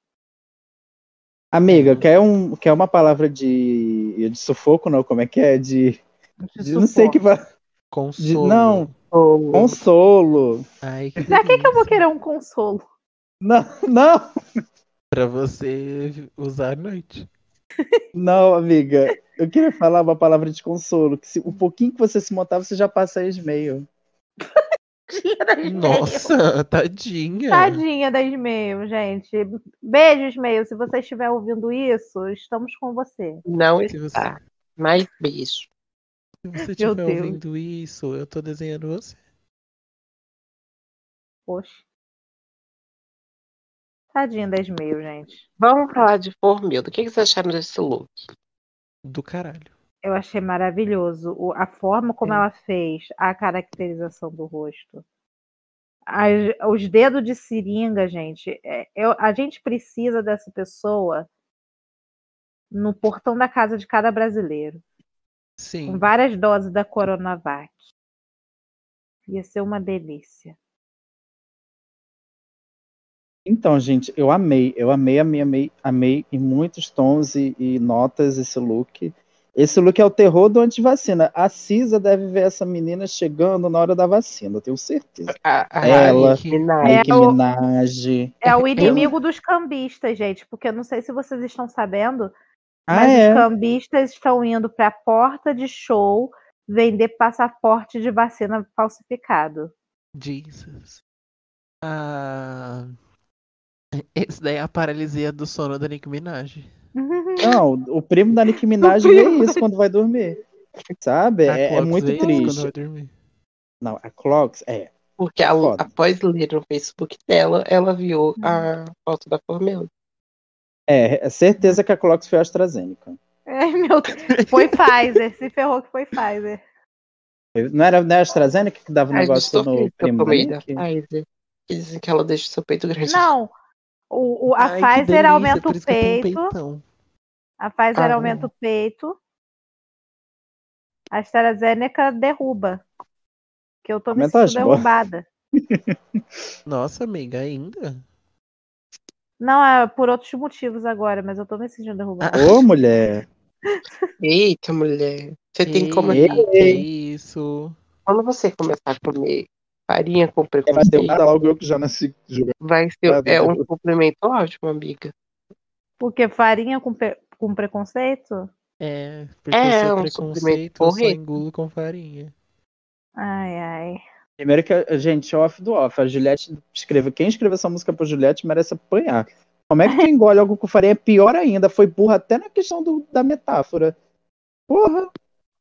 Amiga, É. quer, um, quer uma palavra de, de sufoco, não? Como é que é? De. de não sei que. va- De, Consolo. não, Ô, consolo. Ai, que Pra que, que eu vou delícia. querer um consolo? Não, não, Pra você usar à noite. não, amiga. Eu queria falar uma palavra de consolo. Que se, o pouquinho que você se montar, você já passa a e-mail. Tadinha da Ismael. Nossa, tadinha. Tadinha da Ismael, gente. Beijo, Ismael. Se você estiver ouvindo isso, estamos com você. Não Se você, está. Mais beijo. se você Meu estiver Deus. ouvindo isso, eu tô desenhando você. Poxa. Tadinha da Ismael, gente. Vamos falar de Formilda. O que que vocês acharam desse look? Do caralho. Eu achei maravilhoso. O- a forma como É. ela fez, a caracterização do rosto. As- os dedos de seringa, gente. É, eu- a gente precisa dessa pessoa no portão da casa de cada brasileiro. Sim. Com várias doses da Coronavac. Ia ser uma delícia. Então, gente, eu amei, eu amei, amei, amei, amei em muitos tons e, e notas esse look. Esse look é o terror do antivacina. A Cisa deve ver essa menina chegando na hora da vacina, eu tenho certeza. A, a Ela, Nicki Minaj. Nicki É o- Minaj. É o inimigo dos cambistas, gente. Porque eu não sei se vocês estão sabendo, Ah, mas é? os cambistas estão indo para a porta de show vender passaporte de vacina falsificado. Jesus. Ah, esse daí é a paralisia do sono da Nicki Minaj. Não, o primo da Nicki Minaj O vê primo. isso quando vai dormir. Sabe? A É, é Clocks muito vê isso quando triste. vai dormir. Não, a Clocks, é. Porque a- Foda. após ler no Facebook dela, ela viu a foto da Formilda. É, é certeza que a Clocks foi a AstraZeneca. Ai, meu Deus. Foi Pfizer. Se ferrou que foi Pfizer. Não era, não era a AstraZeneca que dava um Ai, gente, negócio tô no feliz que eu primo da tomei da Nick? Pfizer. Que dizem que ela deixa o seu peito grande. Não. O, o- a Ai, que Pfizer delícia, aumenta por o isso que eu tenho um peito. peitão. A Pfizer Ah. aumenta o peito. A AstraZeneca derruba. Que eu tô me Aumenta as sentindo bo- derrubada. Nossa, amiga, ainda? Não, é por outros motivos agora, mas eu tô me sentindo derrubada. Ô, mulher. Eita, mulher. Você tem que Ei, começar. que isso? Quando você começar a comer farinha com Vai ter preconceito, nada logo eu que já nasci jogando. vai ser é um complemento ótimo, amiga. Porque farinha com, pe- com preconceito? É, porque É, o seu um preconceito suplemento eu só porreta. engulo com farinha. Ai, ai. Primeiro que, a gente, off do off, a Juliette escreveu. Quem escreveu essa música pra Juliette merece apanhar. Como é que tu engole algo com farinha? É pior ainda. Foi burra até na questão do, da metáfora. Porra.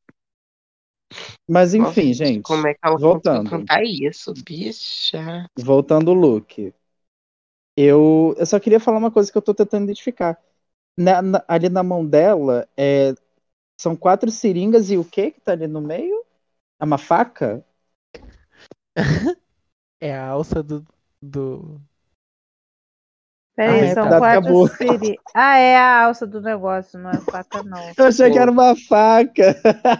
Mas enfim, Nossa, gente. Como é que ela voltando. conseguiu cantar isso, bicha? Voltando o look. Eu, eu só queria falar uma coisa que eu tô tentando identificar. Na- na- ali na mão dela, é, são quatro seringas e o que que tá ali no meio? É uma faca? É a alça do, do, Peraí, Ah, é, são tá. quatro Acabou. Siri. Ah, é a alça do negócio, não é faca, não. Eu achei que Pô. era uma faca.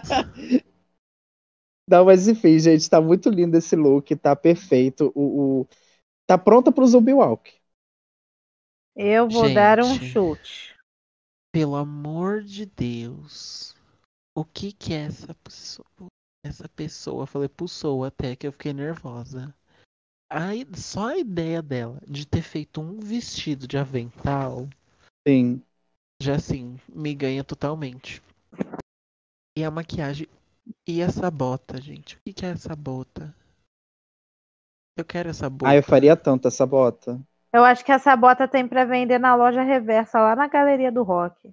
Não, mas enfim, gente, tá muito lindo esse look, tá perfeito. O, o- Tá pronta pro Zumbi Walk. Eu vou dar um Gente, chute. pelo amor de Deus. O que que é essa pessoa? Essa pessoa, eu falei pessoa até que eu fiquei nervosa. Aí, só a ideia dela de ter feito um vestido de avental, Sim. já assim, me ganha totalmente. E a maquiagem. E essa bota, gente? O que que é essa bota? Eu quero essa Ah, eu bota. faria tanto essa bota. Eu acho que essa bota tem pra vender na loja reversa, lá na Galeria do Rock.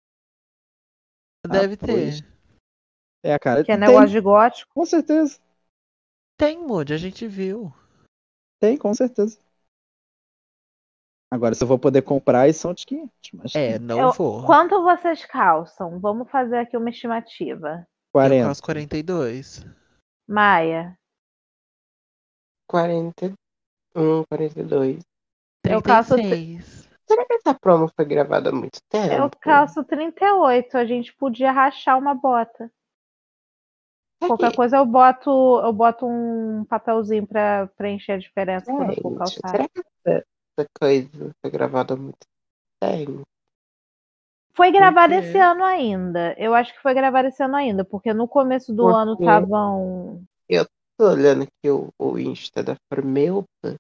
Deve Ah, pois. ter. É a cara. Que é Tem, negócio de gótico. com certeza. Tem, Moody, a gente viu. Tem, com certeza. Agora, se eu vou poder comprar, aí são de quinhentos. Mas É, não Eu- vou. Quanto vocês calçam? Vamos fazer aqui uma estimativa. Eu calço quarenta. quarenta e dois. Maia, quarenta e um, quarenta e dois. eu trinta e calço, tri- seis. Será que essa promo foi gravada há muito eu tempo? calço trinta e oito. A gente podia rachar uma bota. Qualquer Aqui. coisa eu boto, eu boto um papelzinho pra preencher a diferença quando eu for Gente, calçar. será que essa, essa coisa foi gravada há muito tempo? Foi gravado quê? esse ano ainda. Eu acho que foi gravado esse ano ainda, porque no começo do Por ano quê? estavam. Eu tô olhando aqui o, o Insta da Formelpa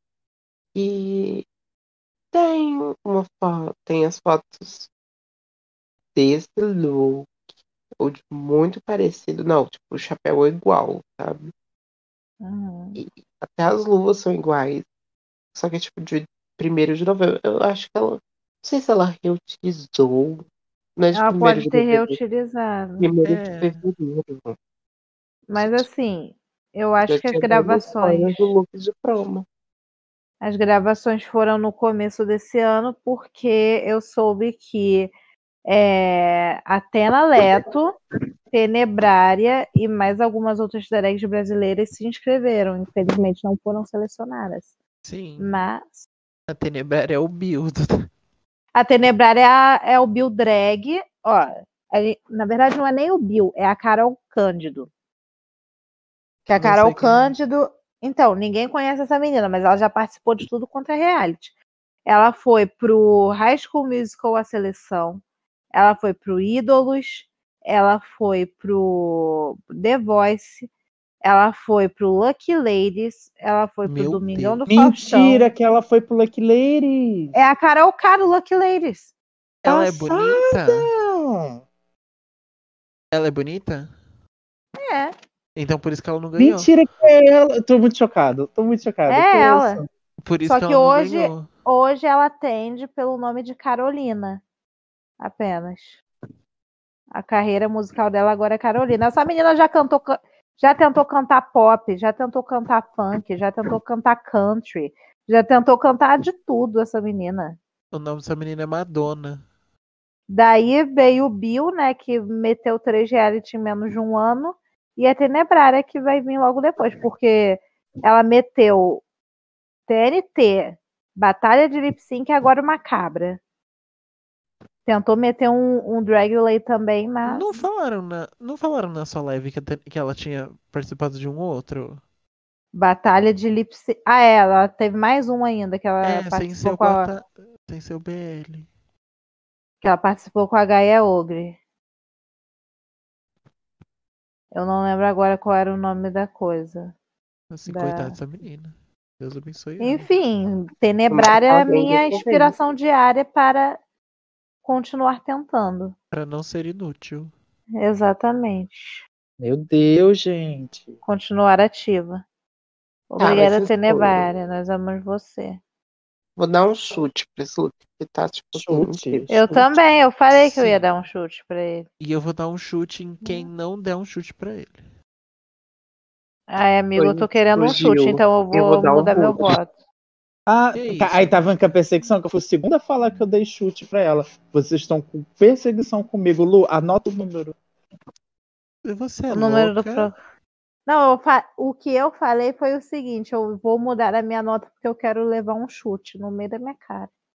e tem uma foto, tem as fotos desse look, ou de muito parecido. Não, tipo, o chapéu é igual, sabe? Uhum. E até as luvas são iguais. Só que é tipo de primeiro de novembro. Eu acho que ela. Não sei se ela reutilizou. Não é de Ela primeiro pode de ter novembro, reutilizado. primeiro de É. fevereiro. Mas Gente, assim, eu acho já que as tinha dado gravações. spoiler do look de promo. As gravações foram no começo desse ano, porque eu soube que é, Atena Leto, Tenebrária e mais algumas outras drags brasileiras se inscreveram. Infelizmente não foram selecionadas. Sim. Mas A Tenebrar é o build. a Tenebrária é, a- é o Bill Drag. Ó, a- na verdade não é nem o Bill, é a Carol Cândido. Que a Não Carol sei quem é. Cândido. Então, ninguém conhece essa menina, mas ela já participou de tudo quanto é reality. Ela foi pro High School Musical, a seleção. Ela foi pro Ídolos. Ela foi pro The Voice. Ela foi pro Lucky Ladies. Ela foi pro Meu Domingão do Deus. Mentira Faustão. que ela foi pro Lucky Ladies. É a Carol K do Lucky Ladies. Ela é Passada! bonita? Ela é bonita? É, Então por isso que ela não ganhou. Mentira que é ela. Tô muito chocado. Tô muito chocado. Que é isso? ela. Por isso Só que que ela não hoje, ganhou. hoje ela atende pelo nome de Carolina. Apenas. A carreira musical dela agora é Carolina. Essa menina já cantou, ca- já tentou cantar pop, já tentou cantar funk, já tentou cantar country, já tentou cantar de tudo essa menina. O nome dessa menina é Madonna. Daí veio o Bill, né, que meteu três reality em menos de um ano, e a Tenebrária que vai vir logo depois, porque ela meteu T N T, Batalha de Lip Sync e agora uma cabra. Tentou meter um, um Drag Race também, mas Não falaram na, não falaram na sua live que, a Te- que ela tinha participado de um outro? Batalha de Lip Sync. Ah, é, ela teve mais um ainda que ela É, sem ser participou o com a, bata... sem ser o B L. que ela participou com a Gaia Ogre. Eu não lembro agora qual era o nome da coisa. Assim, Da... coitada dessa menina. Deus abençoe ela. Enfim, Mas Tenebrária é a alguém minha dessa vez. inspiração diária para continuar tentando. Pra não ser inútil. Exatamente. Meu Deus, gente. Continuar ativa. Tá, mas Obrigada, vocês Tenebrária. Nós amamos você. vou dar um chute pra esse look que tá, tipo assim, Chute. incrível. Eu chute. também, eu falei que eu ia Sim. dar um chute pra ele. E eu vou dar um chute em quem não der um chute pra ele. Ai, amigo, eu tô querendo um Fugiu. chute, então eu vou, Eu vou dar um mudar meu voto. voto. Ah, Que tá, isso? aí tá vendo com a perseguição, que eu fui o segundo a falar que eu dei chute pra ela. Vocês estão com perseguição comigo. Lu, anota o número. Você é O número do louca? pro... Não, eu fa... o que eu falei foi o seguinte: eu vou mudar a minha nota porque eu quero levar um chute no meio da minha cara.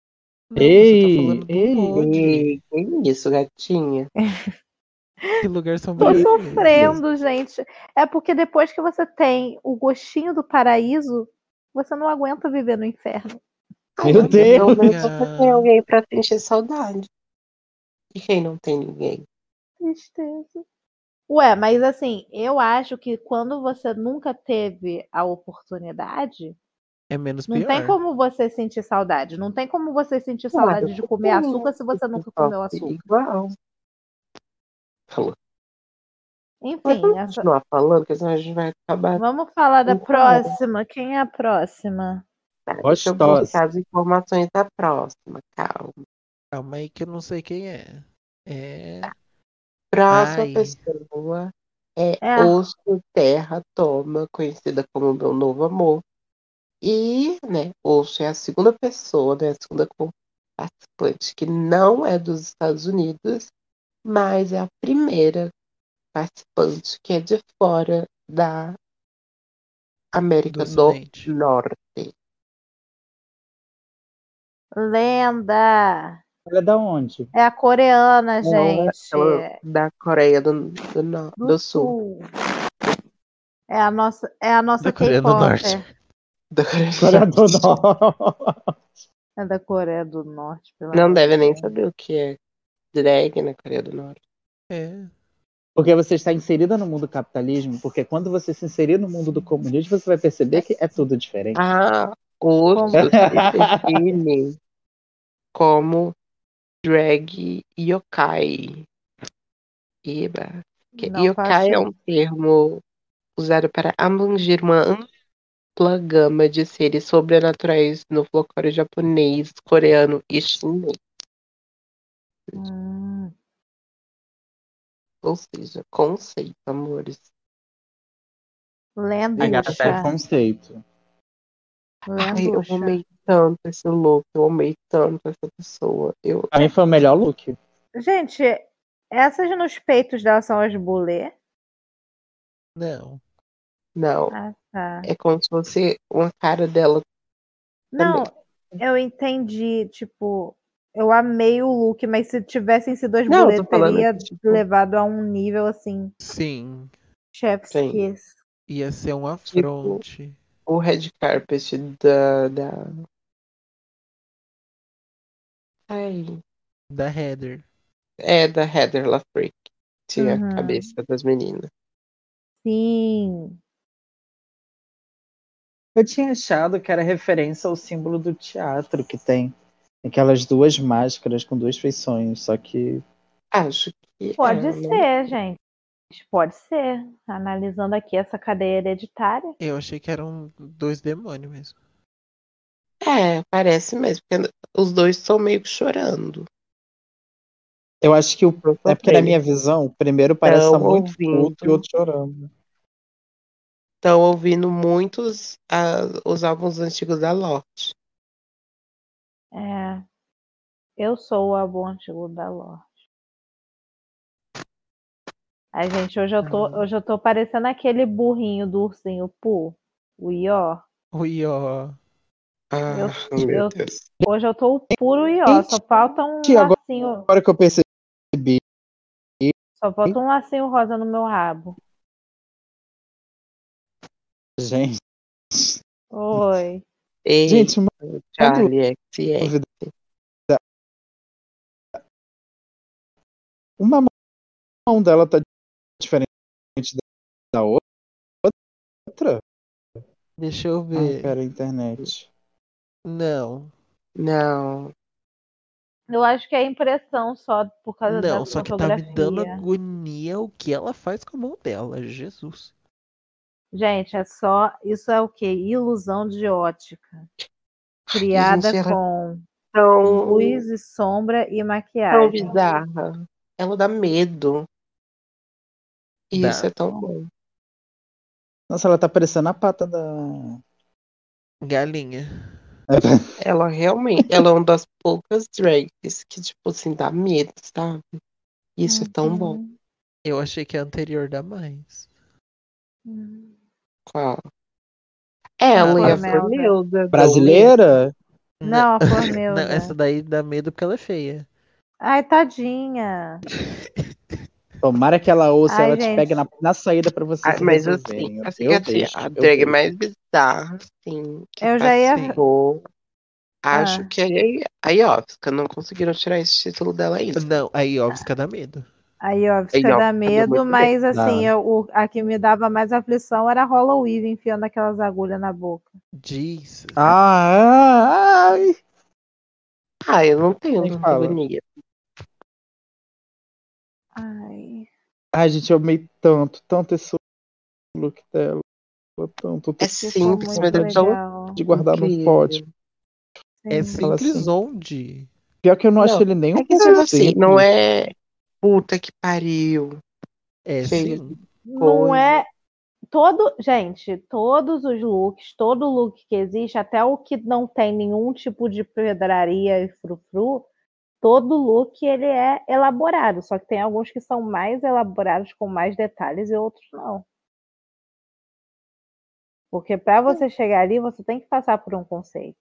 Não, você tá Ei, falando do ei. molde. Ei, que isso, gatinha? Que lugar Tô sombrio é esse? sofrendo, gente. É porque depois que você tem o gostinho do paraíso, você não aguenta viver no inferno. Ai, Meu amiga, pelo menos Deus. você tem alguém pra sentir saudade. E quem não tem ninguém? Tristeza. Ué, mas assim, eu acho que quando você nunca teve a oportunidade, É menos não tem pior. como você sentir saudade. Não tem como você sentir Claro saudade de que comer tem, açúcar né? se você Isso nunca só comeu que açúcar. igual. Falou. Mas Enfim, vamos essa... continuar falando, porque senão a gente vai acabar vamos falar da cinco horas. próxima. Quem é a próxima? Tá, deixa eu Gostosa. buscar as informações da próxima, calma. Calma aí que eu não sei quem é. É. Próxima Ai. pessoa é É a Osso Terra Toma, conhecida como Meu Novo Amor. E, né, Osso é a segunda pessoa, né, a segunda co- participante que não é dos Estados Unidos, mas é a primeira participante que é de fora da Do América do Ocidente. Norte. lenda. Ela é da onde? É a coreana, Ela, gente. ela da Coreia do, do, no- Do do Sul. Sul. É a nossa, é a nossa Da Coreia do Norte. K-popper. Da Coreia do Coreia do Norte. Norte. É da Coreia do Norte, pelo Não amor de deve nem Deus. saber o que é drag na Coreia do Norte. É. Porque você está inserida no mundo do capitalismo, porque quando você se inserir no mundo do comunismo, você vai perceber que é tudo diferente. Ah, Osso Como- se define como drag yokai. Eba. Que Não yokai faço. é um termo usado para abranger uma ampla gama de seres sobrenaturais no folclore japonês, coreano e chinês. Hum, Ou seja, conceito, amores. A gata tá lenducha. conceito. Ai, eu Lenducha. amei tanto esse look, eu amei tanto essa pessoa. Eu, Pra mim foi o melhor look. Gente, essas nos peitos dela são as bulê? Não. não, Ah, tá. é como se fosse uma cara dela também. Não, eu entendi, tipo, eu amei o look, mas se tivessem sido as Não, eu bulê, tô falando teria que, tipo, levado a um nível assim, Sim. chef's sim, kiss. Ia ser um tipo, afronte. o red carpet da, da... Ai, Da Heather. é da Heather LaFreak. Tinha a Uhum. cabeça das meninas. Sim. Eu tinha achado que era referência ao símbolo do teatro que tem. Aquelas duas máscaras com duas feições, só que Acho que Pode é, né? ser, gente. Pode ser. Analisando aqui essa cadeia hereditária. Eu achei que eram dois demônios mesmo. É, parece mesmo, porque os dois estão meio que chorando. eu acho que o... Não é porque na sofrendo. minha visão, o primeiro parece Estão estar muito puto e o ouvindo, outro chorando. estão ouvindo muitos ah, os álbuns antigos da Lorde. É. Eu sou o avô antigo da Lorde. Ai, gente, hoje eu tô, hoje eu tô parecendo aquele burrinho do ursinho Pooh, o Ió. Ui, ó. Ah, Eu, meu eu, Deus. hoje eu tô o puro Ió. Só falta um Gente, agora- lacinho. Agora que eu percebi, Só falta um lacinho rosa no meu rabo. gente, Oi. Ei, gente, uma Charlie X X. dúvida. Uma mão dela tá diferente da outra? Deixa eu Ai, ver. pera, internet. Não. Não. Eu acho que é impressão só por causa da Não, só que tá me dando fotografia. agonia o que ela faz com a mão dela. Jesus. Gente, é só. Isso é o quê? Ilusão de ótica. Ai, Criada gente, ela é com tão, luz e sombra e tão maquiagem. bizarra. Ela dá medo. E isso Dá. é tão bom. Nossa, ela tá parecendo a pata da. Galinha. Ela realmente, ela é uma das poucas drags que, tipo assim, dá medo, sabe? Isso é tão bom. Uhum. Eu achei que a anterior dá mais. Uhum. Qual? Ela e Ah, a Formelda. Fornilda dão medo. Brasileira? Não, a Não, Formilda. essa daí dá medo porque ela é feia. Ai, tadinha. Tomara que ela ouça e Ai, ela te pegue gente. na, na saída pra vocês Ah, se mas assim, resolverem. assim que Eu assim, deixo, a eu drag deixo. mais bizarra, assim, que Eu já ia. Sim. passou, acho Ah. que é a Iovska. Não conseguiram tirar esse título dela ainda. Não, aí óbvio que dá medo. Aí, ó, A fica dá Iovska deu medo, muito mas medo. assim, Dá. eu, o, a que me dava mais aflição era a Halloween enfiando aquelas agulhas na boca. Jesus. Ah, ai, Ah, eu não tenho nem tanta fala. agonia. Ai. Ai, gente, eu amei tanto, tanto esse look dela. Tanto, É tô Ficou simples, muito mas é vontade de, tão legal. de guardar num pote. incrível. É Sim. Ela simples assim. onde? Pior que eu não Não, achei ele nem um é que pouco tipo assim, não simples. é puta que pariu, É cheio de sim. Não coisa. é todo, gente, todos os looks, todo look que existe, até o que não tem nenhum tipo de pedraria e frufru, todo look ele é elaborado, só que tem alguns que são mais elaborados com mais detalhes e outros não. Porque para você chegar ali, você tem que passar por um conceito.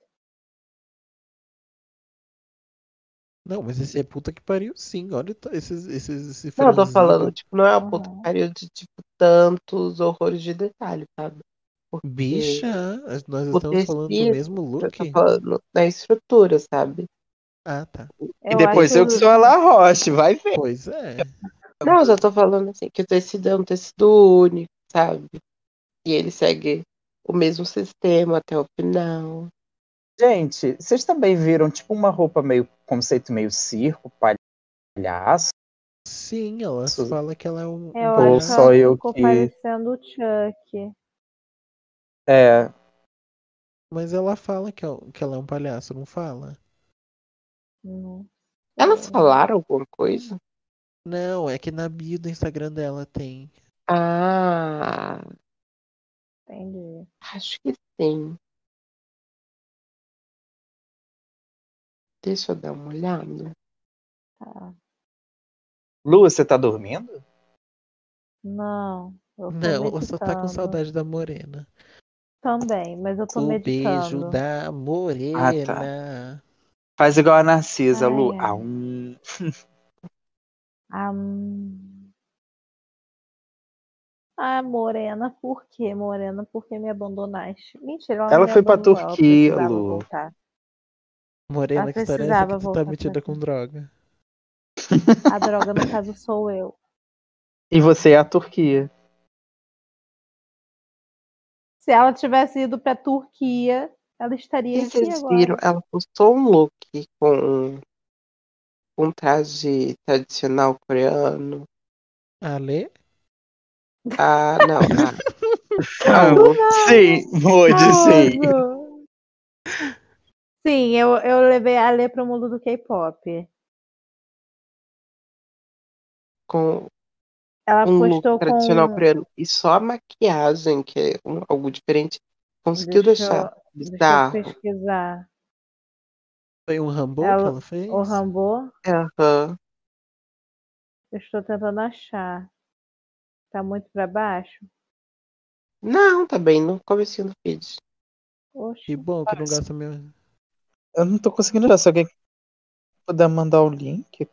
Não, mas esse é puta que pariu sim. Olha t- esses, esses, esse Não, eu tô falando, franzino. tipo, não é uma puta que Uhum. pariu de, tipo, tantos horrores de detalhe, sabe? Porque Bicha, nós o estamos falando do tecido, mesmo eu tô look? falando da estrutura, sabe? Ah, tá. E Eu depois acho eu que sou a La Roche, vai ver. Pois é. Não, eu só tô falando assim, que o tecido é um tecido único, sabe? E ele segue o mesmo sistema até o final. Gente, vocês também viram tipo uma roupa meio conceito meio circo, palhaço? Sim, ela fala que ela é um, um eu Ou acho que só ela palhaço. eu ficou que parecendo o Chuck. é, Mas ela fala que, é- que ela é um palhaço, não fala? Não Elas sei. falaram alguma coisa? Não, é que na bio do Instagram dela tem. Ah, Entendi. acho que sim. Deixa eu dar uma olhada. Tá. Lu, você tá dormindo? Não, eu tô Não, ela só tá com meditando saudade da morena. também, mas eu tô O beijo meditando. da Ah, tá. morena. Faz igual a Narcisa, Lu. Ai, Ah, ai. um... Ah, hum. Ah, Morena, por quê, Morena? Por que me abandonaste? Mentira, ela não Ela me foi pra abandonou, ela Turquia, precisava Lu. voltar. Ela Morena, que história é essa que precisava tu tá voltar pra metida cá. com droga? A droga, no caso, sou eu. E você é a Turquia. Se ela tivesse ido pra Turquia, ela estaria E aqui vocês viram, agora. ela postou um look com um traje tradicional coreano. Ale? Ah, não, a, a Ah, outra. sim, Moody, sim. Arroso! Sim, eu, eu levei a Lê pro mundo do K-pop. Com Ela um look postou tradicional com. coreano. E só a maquiagem, que é um- algo diferente, conseguiu Deixa deixar eu, deixa eu bizarro. pesquisar. Foi um Rambo que Ela, ela o fez? Rambo, Aham. eu estou tentando achar. Tá muito pra baixo? Não, tá bem no comecinho do feed. Que Oxe. bom que não gasta meu. Eu não tô conseguindo achar. Se alguém puder mandar o link.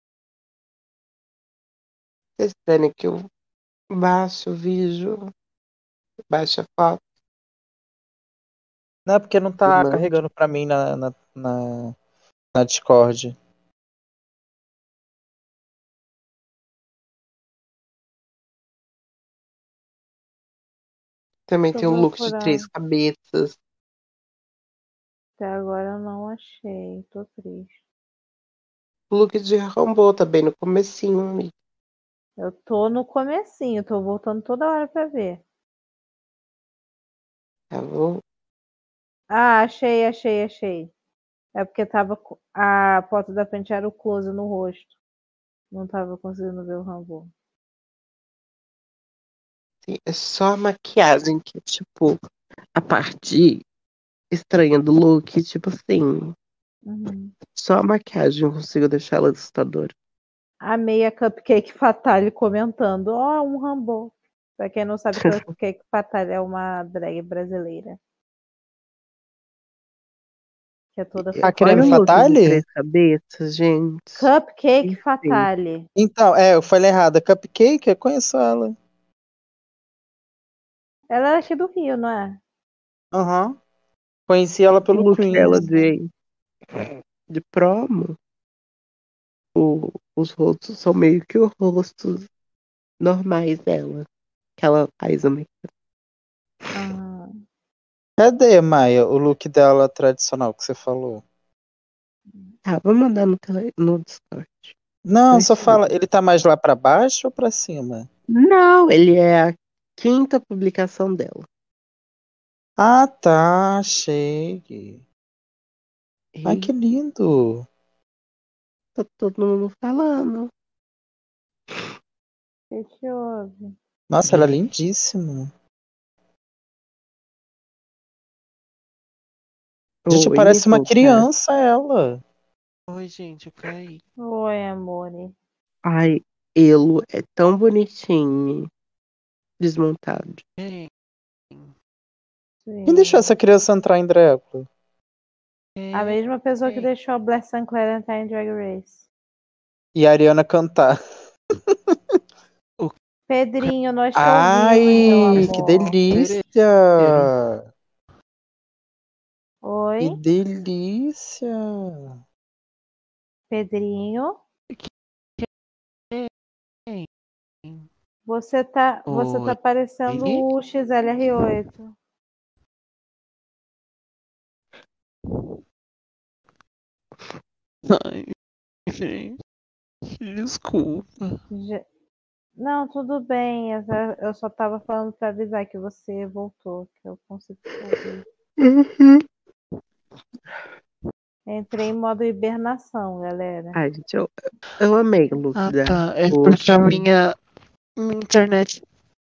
Vocês querem que eu baixe o vídeo, baixe a foto Não, é porque não e tá mande? carregando pra mim na, na, na, na Discord. Também Tô tem um look de três procurando. cabeças. Até agora eu não achei. Tô triste. O look de Rambo tá bem no comecinho. E Eu tô no comecinho, tô voltando toda hora pra ver. tá bom? Ah, achei, achei, achei. É porque tava. co- A foto da frente era o close no rosto. Não tava conseguindo ver o Rambo. Assim, é só a maquiagem que, tipo, a parte estranha do look, tipo assim, Uhum. só a maquiagem eu consigo deixar ela assustadora. Amei a Cupcake Fatale comentando. Ó, um Rambo. Pra quem não sabe, Cupcake Fatale é uma drag brasileira. que é toda E- A creme Olha o look de fatale? três cabeças, gente. Cupcake Perfeito. Fatale. Então, é, eu falei errado. Cupcake, eu conheço ela. Ela é aqui do Rio, não é? Aham. Conheci ela O pelo look dela Queen. de, de promo, o- os rostos são meio que os rostos normais dela. Que ela faz uma. Aham. Cadê, Maia, o look dela tradicional que você falou? Tá, vou mandar no, tele, no Discord. Não, só Deixa eu fala, ver. ele tá mais lá pra baixo ou pra cima? Não, ele é a quinta publicação dela. Ah, tá, achei. Ai, E que lindo. tá todo mundo falando. O que que houve? Nossa, ela é lindíssima. Gente, Oi, parece uma voltar. criança ela. Oi, gente, eu caí. Oi, amore. Ai, Elo é tão bonitinho. Desmontado. Quem? Quem deixou Sim. essa criança entrar em Drácula? A mesma pessoa que Quem? deixou a Blair Sinclair entrar em Drag Race. E a Ariana cantar. Pedrinho, nós te ouvimos, meu Ai, que amor. delícia! Que Oi, delícia! Pedrinho. Quem? Você tá, você tá Oi. parecendo o X L R oito. Ai, gente, desculpa. Je- Não, tudo bem. Eu só, eu só tava falando pra avisar que você voltou, que eu consigo te ouvir. Uhum. Entrei em modo hibernação, galera. Ai, gente, eu, eu amei o look Ah, da tá. É Ru. porque a minha, minha internet.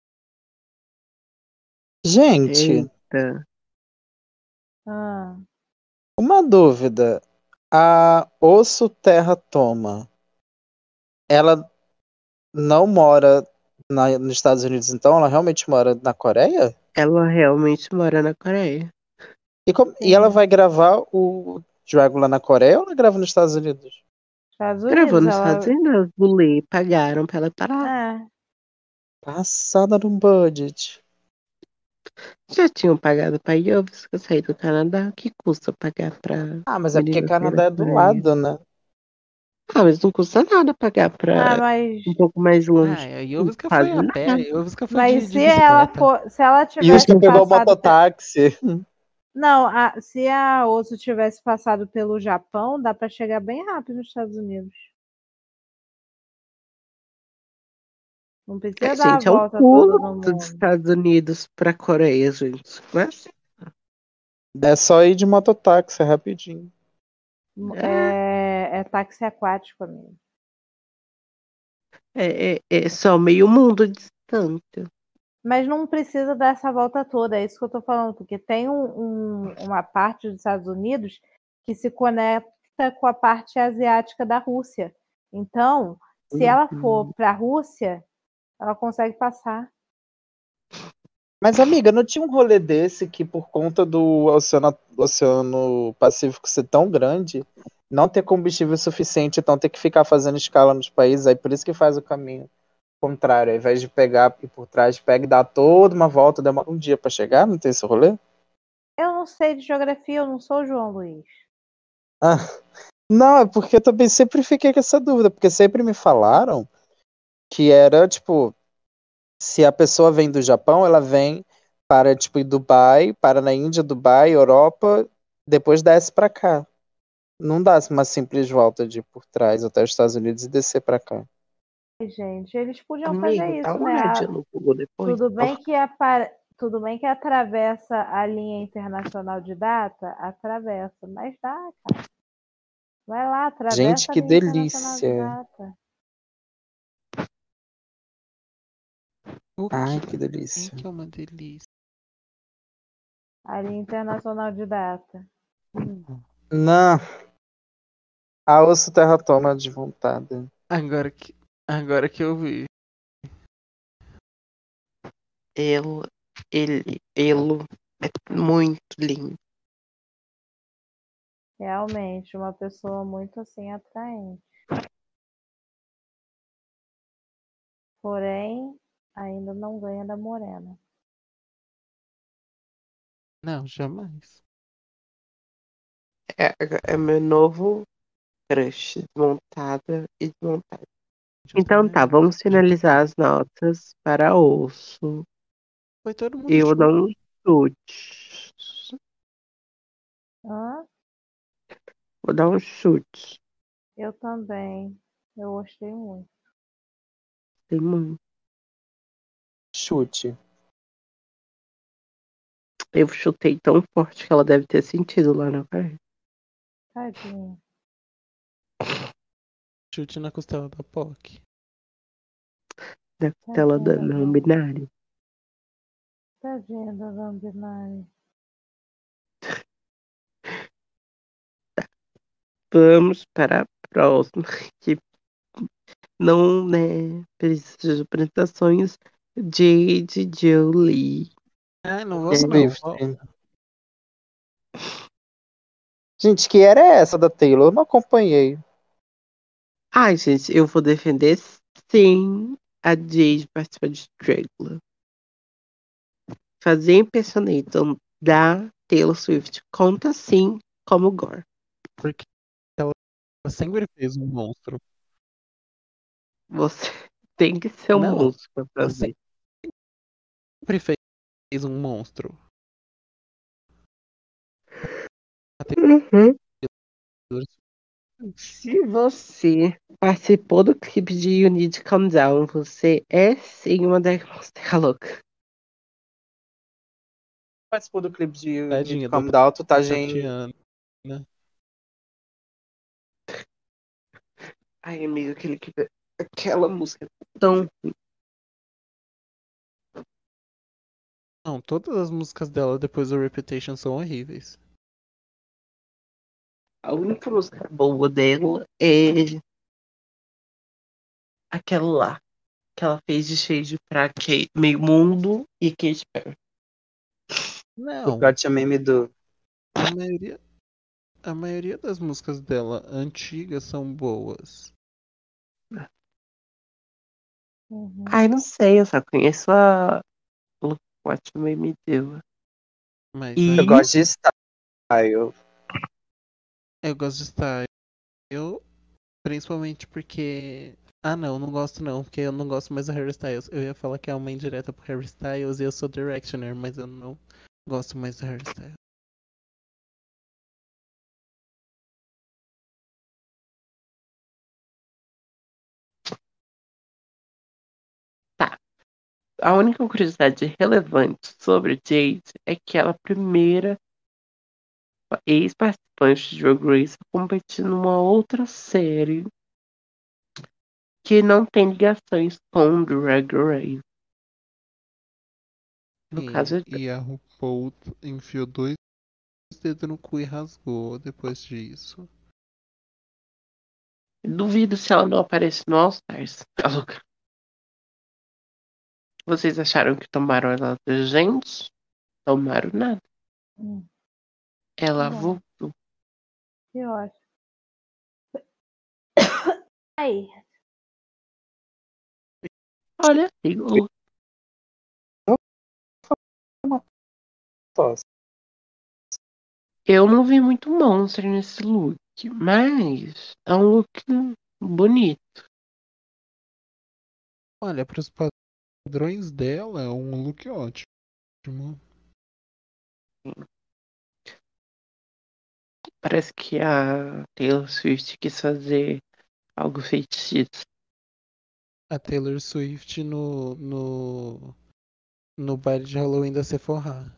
Gente, Eita. Ah, uma dúvida. A Osso Terra Toma, ela não mora na- nos Estados Unidos, então? Ela realmente mora na Coreia? Ela realmente mora na Coreia. E, como- e ela sim. vai gravar o Drácula na Coreia ou ela grava nos Estados Unidos? Estados Gravou Unidos, nos Estados ela. Unidos, as bulê pagaram pra ela estar lá. É, Passada no budget. Já tinham pagado pra Yovis sair do Canadá. O que custa pagar pra Ah, mas é porque menina sair da Canadá é do Coreia? lado, né? Ah, mas não custa nada pagar ah, pra mas. um pouco mais Ah, longe. a Yoviska foi Quase a pé, a nada. Yoviska foi Mas de, se de ela bicicleta. for, se ela E os que tivesse pegou o passado pe- mototáxi. Não, a- se a Osso tivesse passado pelo Japão, dá para chegar bem rápido nos Estados Unidos. Não precisa É, dar a gente, é um volta toda pulo no dos mundo. Estados Unidos pra Coreia, gente. Não é assim. É só ir de mototáxi, é rapidinho. É, é táxi aquático, amigo. É, é, é só meio mundo distante. Mas não precisa dar essa volta toda, é isso que eu tô falando, porque tem um- um- uma parte dos Estados Unidos que se conecta com a parte asiática da Rússia. Então, se ela Uhum. for para a Rússia, ela consegue passar. Mas, amiga, não tinha um rolê desse que, por conta do Oceano, Oceano Pacífico ser tão grande, não ter combustível suficiente, então ter que ficar fazendo escala nos países, aí por isso que faz o caminho contrário. Ao invés de pegar e por trás, pega e dá toda uma volta, demora um dia pra chegar, não tem esse rolê? Eu não sei de geografia, eu não sou o João Luiz. Ah, não, é porque eu também sempre fiquei com essa dúvida, porque sempre me falaram que era, tipo, se a pessoa vem do Japão, ela vem para, tipo, em Dubai, para na Índia, Dubai, Europa, depois desce pra cá. Não dá uma simples volta de ir por trás até os Estados Unidos e descer pra cá. Ai, gente, eles podiam Amigo, fazer dá isso, uma né? A- olhadinha no Google depois. Tudo bem que apa- tudo bem que atravessa a linha internacional de data, atravessa, mas dá, cara. Vai lá, Gente, atravessa a que linha internacional de delícia. data. O Ai, que, que delícia. que é uma delícia. A linha internacional de data. Não, a osso terra toma de vontade. Agora que, agora que eu vi. Ele, ele, ele é muito lindo. Realmente, uma pessoa muito assim atraente. Porém, ainda não ganha da Morena. Não, jamais. É, é meu novo crush. Desmontada e desmontada. Eu Então tá, também. vamos finalizar as notas para osso. Foi todo mundo Eu chuto. não chute. Hã? Vou dar um chute. Eu também. Eu gostei muito. Tem muito. Chute. Eu chutei tão forte que ela deve ter sentido lá na carreira. Tadinha. Chute na costela da P O C. Da tela Tadinha da da não Dom. binária. Tadinha da Dom Binário. Vamos para a próxima. Que não, né? Precisa de apresentações. Jade Jolie. Ah, não É, vamos não. Swift. Ó, Gente, que era essa da Taylor? Eu não acompanhei. Ai, gente, eu vou defender sim a Jade participar de Dragula. Fazer Impersonator da Taylor Swift conta sim como gore. porque ela sempre fez um monstro. Você tem que ser um Não, monstro pra ela fazer. sempre fez um monstro. A Uhum. Taylor Se você participou do clipe de You Need to Calm Down, você é sim uma diagnóstica louca. Participou do clipe de You Need to tadinha da Calm Down, tu tá gente. Tatiana. Ai, amigo, aquele clipe, aquela música é tão. Não, todas as músicas dela depois do Reputation são horríveis. A única música boa dela é aquela lá, que ela fez de shade pra Kate, Meio Mundo e Katy Perry. O Não, Gotcha Meme do. a maioria, a maioria das músicas dela antigas são boas. Uhum. Ai, não sei, eu só conheço a Look What You Made Me Do. Mas E Eu aí gosto de Style. eu gosto de Style, principalmente porque. Ah não, não gosto não, porque eu não gosto mais do Harry Styles. Eu ia falar que é uma indireta pro Harry Styles e eu sou Directioner, mas eu não gosto mais do Harry Styles. tá. A única curiosidade relevante sobre Jade é que ela é a primeira ex-participante de Drag Race a competir numa outra série que não tem ligações com Drag Race. No Sim, caso, é e a RuPaul enfiou dois dedos no cu e rasgou depois disso. duvido se ela não aparece no All Stars. Tá louca. Vocês acharam que tomaram ela da gente? Tomaram nada. Hum, Ela bom, voltou. que ótimo. Aí, Olha, ligou. Só. Eu não vi muito monstro nesse look, mas é um look bonito. Olha, pros padrões dela, é um look ótimo. Parece que a Taylor Swift quis fazer algo feitiço. A Taylor Swift no, no, no baile de Halloween da Sephora.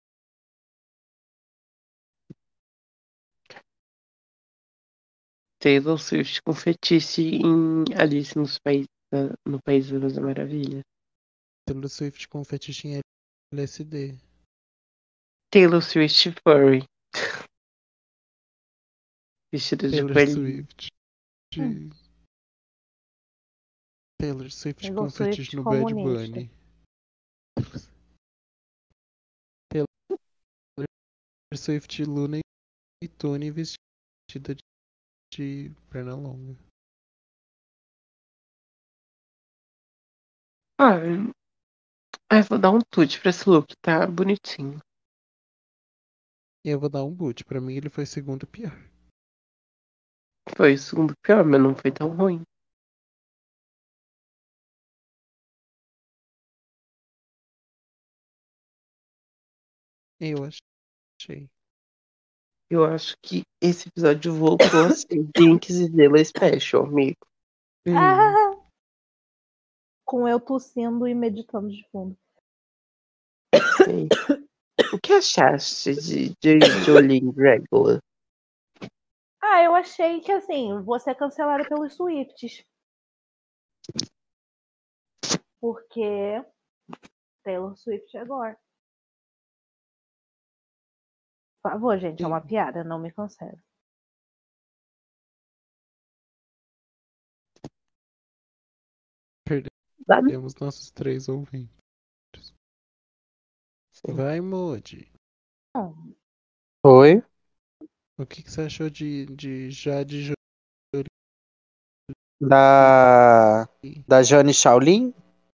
Taylor Swift com fetiche em Alice nos países, no País das Maravilhas. Taylor Swift com fetiche em L S D. Taylor Swift Furry. Vestida de Taylor coelhinho. Swift. hum, Taylor Swift Taylor com fetiche Swift no Bad comunista. Bunny. Taylor Swift, Luna e Tony vestidos vestida de, de perna longa. Ah, eu vou dar um tute pra esse look, tá bonitinho. E eu vou dar um boot. Pra mim ele foi o segundo pior. Foi o segundo pior, mas não foi tão ruim. Eu achei. Eu acho que esse episódio voltou a ser Drinks e Zilla Special, amigo. Hum. Ah! Com eu tossindo e meditando de fundo. Sim. O que achaste de, de Jolene Regular? Ah, eu achei que assim, vou ser cancelada pelos Swifts. Porque Taylor Swift agora. Por favor, gente, é uma piada, não me cancela. Dá- Temos nossos três ouvintes. Sim. Vai, Moody. Não. Oi? O que, que você achou de, de Jade Jo- Da. Da Jane Shaolin?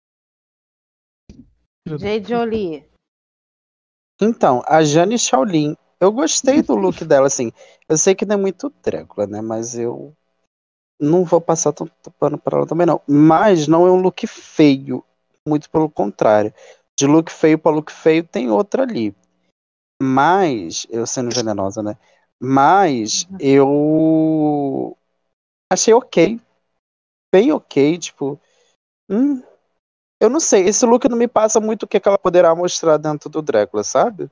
J. Jolie. Então, a Jane Shaolin, eu gostei do look dela, assim. Eu sei que não é muito trégua, né? Mas eu não vou passar tanto pano pra ela também, não. Mas não é um look feio. Muito pelo contrário. De look feio pra look feio, tem outra ali. Mas, eu sendo venenosa, né? Mas eu achei ok. Bem ok, tipo. Hum, eu não sei, esse look não me passa muito o que, que ela poderá mostrar dentro do Drácula, sabe?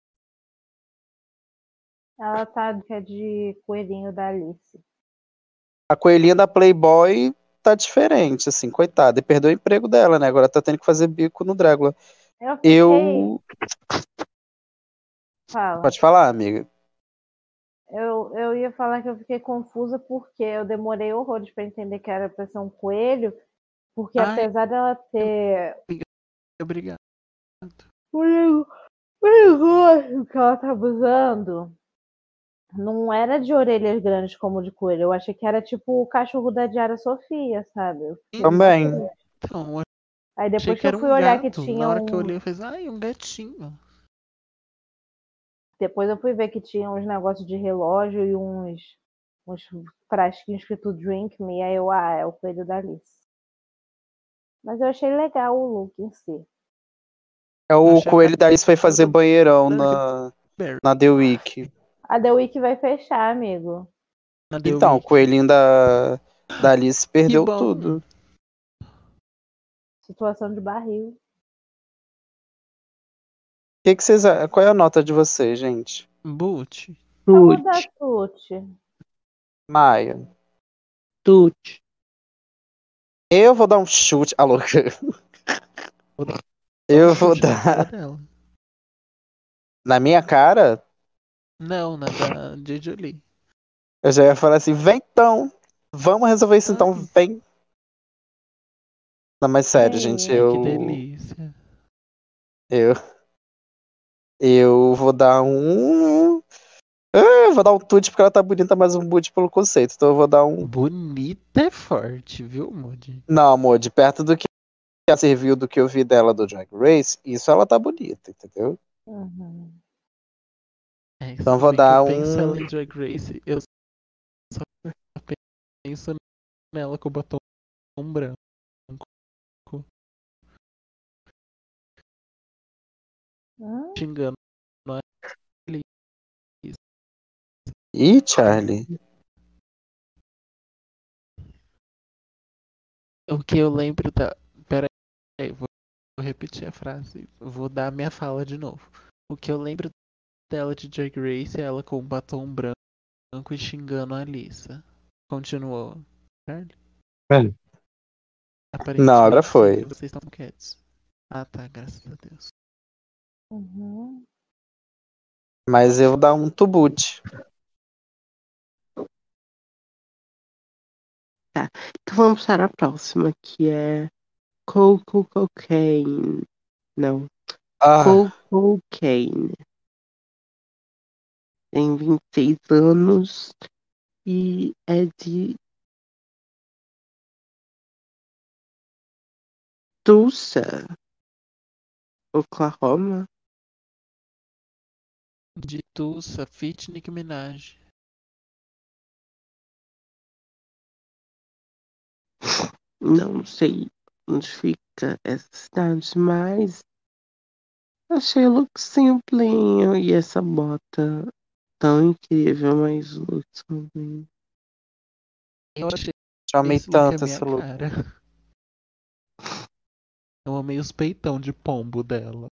Ela tá que é de coelhinho da Alice. A coelhinha da Playboy tá diferente, assim, coitada. E perdeu o emprego dela, né? Agora tá tendo que fazer bico no Drácula. Eu fiquei. Eu. Fala. Pode falar, amiga. Eu, eu ia falar que eu fiquei confusa porque eu demorei horrores pra entender que era pra ser um coelho. Porque Ai, apesar dela ter obrigado. o nego- o negócio que ela tava usando, não era de orelhas grandes como o de coelho. Eu achei que era tipo o cachorro da Diara Sofia, sabe? Eu fiquei mó Também. triste. Então, eu Aí achei depois que que eu era fui um olhar que gato. tinha Na hora que eu um. olhei, eu falei, ai, um gatinho. Depois eu fui ver que tinha uns negócios de relógio e uns, uns frasquinhos escrito Drink Me. Aí eu, ah, é o coelho da Alice. Mas eu achei legal o look em si. É Eu o achei a coelho da Alice foi cara fazer do banheirão Blackberry. na, na The Week. A The Week vai fechar, amigo. Na The Então, o Week. coelhinho da, da Alice Que perdeu bom. tudo. Situação de barril. Que que vocês, a- qual é a nota de vocês, gente? Boot. Eu vou dar Tute, tute. Maia. tute. Eu vou dar um chute. Alô. Vou dar Eu um vou chute na cara dar. dela. Na minha cara, Não, na da J. Jolie. eu já ia falar assim: vem então. Vamos resolver isso então, Ai, vem. Não, mas sério, gente, Ei. ai, que eu. delícia. Eu. Eu vou dar um. Ah, eu vou dar um tute porque ela tá bonita, mas um boot pelo conceito. Então eu vou dar um. Bonita é forte, viu, Moody? Não, amor, de perto do que ela serviu do que eu vi dela do Drag Race, isso ela tá bonita, entendeu? Uhum. É, Então eu se vou bem que eu dar penso um. ela em Drag Race, eu só penso nela com o batom branco. Hum? Xingando a Alice. Ih, Charlie. O que eu lembro da. Pera aí, vou vou repetir a frase. Vou dar a minha fala de novo. O que eu lembro dela de Drag Race é ela com o batom branco e xingando a Alissa. Continuou, Charlie? Não, agora Aparentemente sim, foi. vocês estão quietos. Ah tá, graças a Deus. Uhum. Mas eu vou dar um tubute. Então vamos para a próxima, que é Coco Cocaine. Não, Ah, Coco Kane. Tem vinte e seis anos, E é de Tulsa, Oklahoma. De Tulsa, Fit Nicki Minaj. Não sei onde fica essa cidade, mas achei o look simplinho e essa bota tão incrível, mas o look simplinho. Eu achei Eu amei esse look é tanto minha esse look. cara. Eu amei os peitão de pombo dela.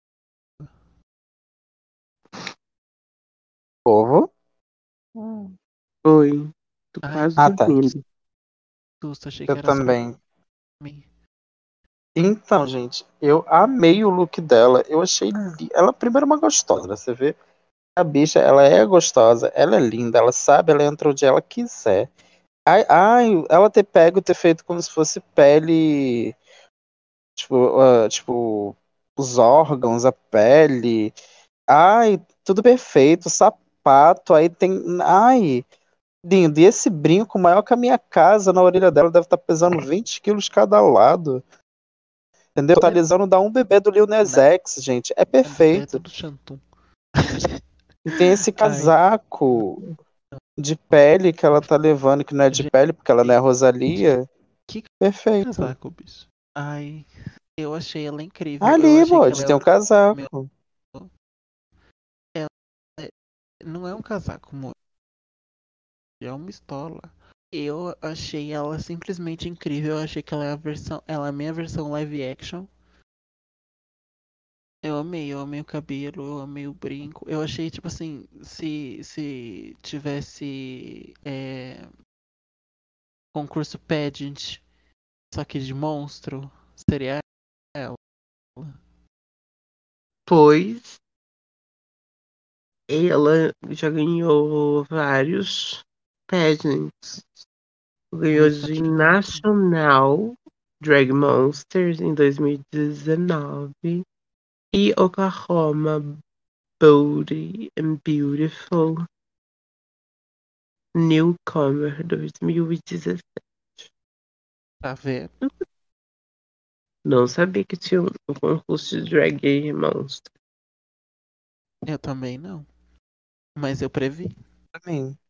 Povo? Hum. Oi, tô Ai, quase Ah, tá. dormindo. susto, achei que Eu era só pra também. mim. Então, gente, eu amei o look dela. Eu achei li... ela primeiro é uma gostosa, você vê? A bicha, ela é gostosa, ela é linda, ela sabe, ela entra onde ela quiser. Ai, ai, ela ter pego, ter feito como se fosse pele, tipo, ah, tipo, os órgãos, a pele. Ai, tudo perfeito, sapato, aí tem, ai, lindo. E esse brinco maior que a minha casa na orelha dela deve estar pesando vinte quilos cada lado. Entendeu? Totalizando dá um bebê do Lil Nas Nada X, gente. É perto perfeito. do Shantum. E tem esse Ai, casaco de pele que ela tá levando, que não é de gente, pele, porque ela não é Rosalia. que Perfeito. casaco, bicho. Ai, eu achei ela incrível. Eu Ali, achei que ela bode, é tem um o meu. casaco. Ela é- não é um casaco, amor. É uma estola. Eu achei ela simplesmente incrível. Eu achei que ela é a versão. Ela é a minha versão live action. Eu amei, eu amei o cabelo, eu amei o brinco. Eu achei, tipo assim, se, se tivesse é, concurso pageant, só que de monstro, seria ela. Pois ela já ganhou vários pageants. Ganhou Miss de Continental. National Drag Monsters em dois mil e dezenove e Oklahoma Bold and Beautiful Newcomer dois mil e dezessete. Tá vendo? Não sabia que tinha um um concurso de drag monster. Eu também não. Mas eu previ. Também.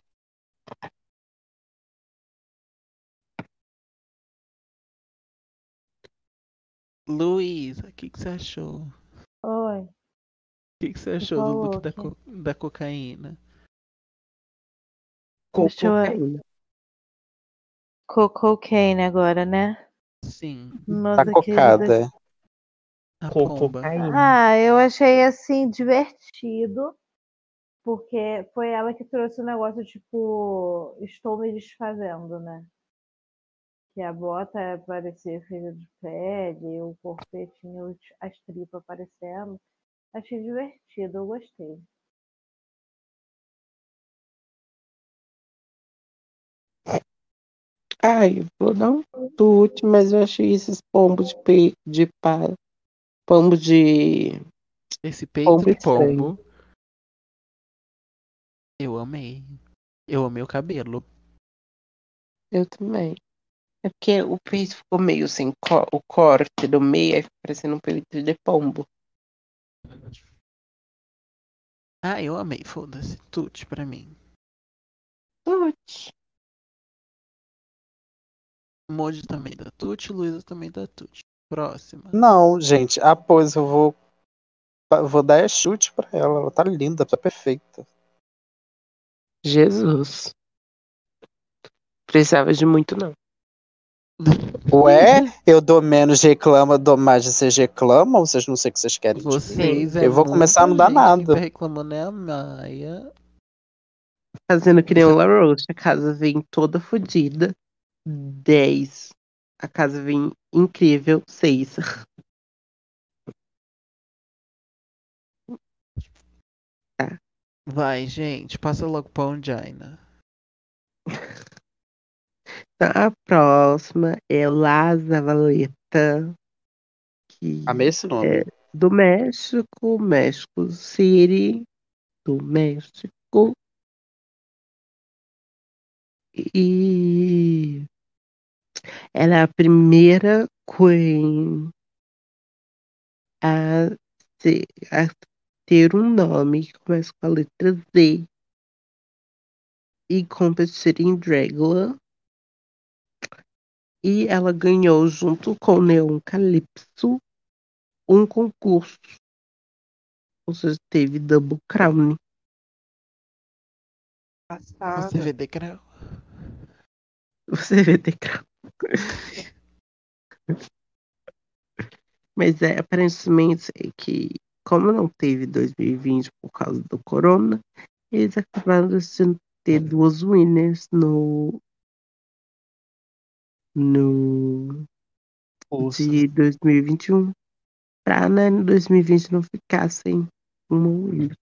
Luísa, o que, que você achou? O Oi, que, que você achou do qual look da, look? co- da cocaína? Com Deixa eu. cocaína. Cocaine agora, né? Sim, Tá Nossa querida. cocada. a Com pomba. cocaína. Ah, eu achei assim divertido, porque foi ela que trouxe o negócio, tipo, estou me desfazendo, né? Que a bota parecia feita de pele, o corpetinho, os- as tripas aparecendo. Achei divertido, eu gostei. Ai, eu vou dar um chute, mas eu achei esses pombos de pe... de pá, pombo de Esse peito pombo estranho. pombo, eu amei. Eu amei o cabelo. Eu também. É porque o peito ficou meio sem co... o corte do meio, aí fica parecendo um peito de pombo. Ah, eu amei, foda-se. Tudo pra mim. Chute. Moji também da Tuti, Luísa também da Tuti. Próxima. Não, gente. Ah, pois eu vou, eu vou dar é chute pra ela. Ela tá linda, tá perfeita. Jesus. Precisava de muito, não. Ué, eu dou menos reclama, dou mais vocês reclamam, vocês não sei o que vocês querem de mim. Vocês é Eu vou começar a não muita dar gente. Quem tá nada. reclamando é a Maia. Fazendo que nem o Você... La Roche, a casa vem toda fodida. Dez. A casa vem incrível. Seis. Tá. Vai, gente. Passa logo pra Ongina. Então, a próxima é Laza Valeta, Amei que esse é nome. do México, México City, do México. E ela é a primeira Queen a, ser, a ter um nome que começa com a letra Z e competir em Dragula. E ela ganhou, junto com Neon Calypso, um concurso. Ou seja, teve Double Crown. Você Passada. vê degrau. Você vê The Crown. Mas é, aparentemente é que, como não teve dois mil e vinte por causa do corona, eles acabaram decidindo ter duas winners no, no Poço, de né? dois mil e vinte e um, para né, em dois mil e vinte não ficar sem uma winner.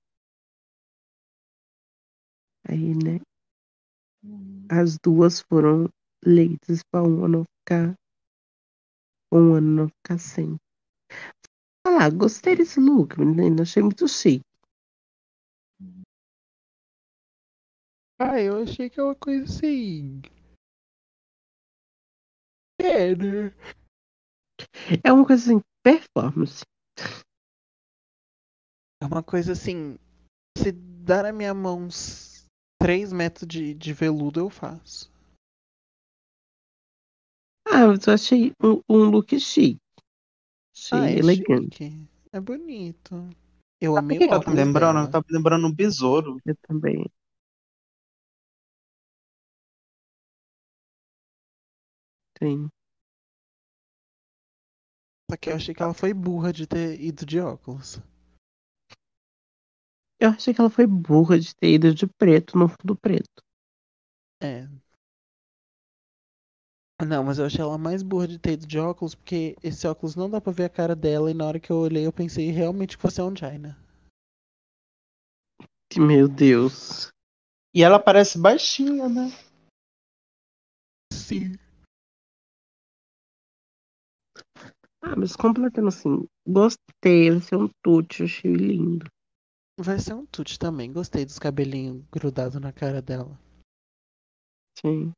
Aí, né, Uhum. as duas foram eleitas para uma não ficar, um ano não ficar sem. Ah lá, gostei desse look, menina, achei muito chique. Ah, eu achei que é uma coisa assim. É, né? É uma coisa assim, performance. É uma coisa assim. Se dar na minha mão uns três metros de, de veludo, eu faço. Ah, mas eu achei um, um look chique. Ah, Achei é elegante. chique. É bonito. Eu Sabe o amei que o que eu tô óculos lembrando? Eu dela. tô lembrando um besouro. Eu também. Sim. Só que eu achei que ela foi burra de ter ido de óculos. Eu achei que ela foi burra de ter ido de preto no fundo preto. É. Não, mas eu achei ela mais burra de ter ido de óculos, porque esse óculos não dá pra ver a cara dela, e na hora que eu olhei eu pensei realmente que fosse a Ongina. Que, meu Deus. E ela parece baixinha, né? Sim. Ah, mas completando assim, gostei, vai ser um tute, achei lindo. Vai ser um tute também. Gostei dos cabelinhos grudados na cara dela. Sim.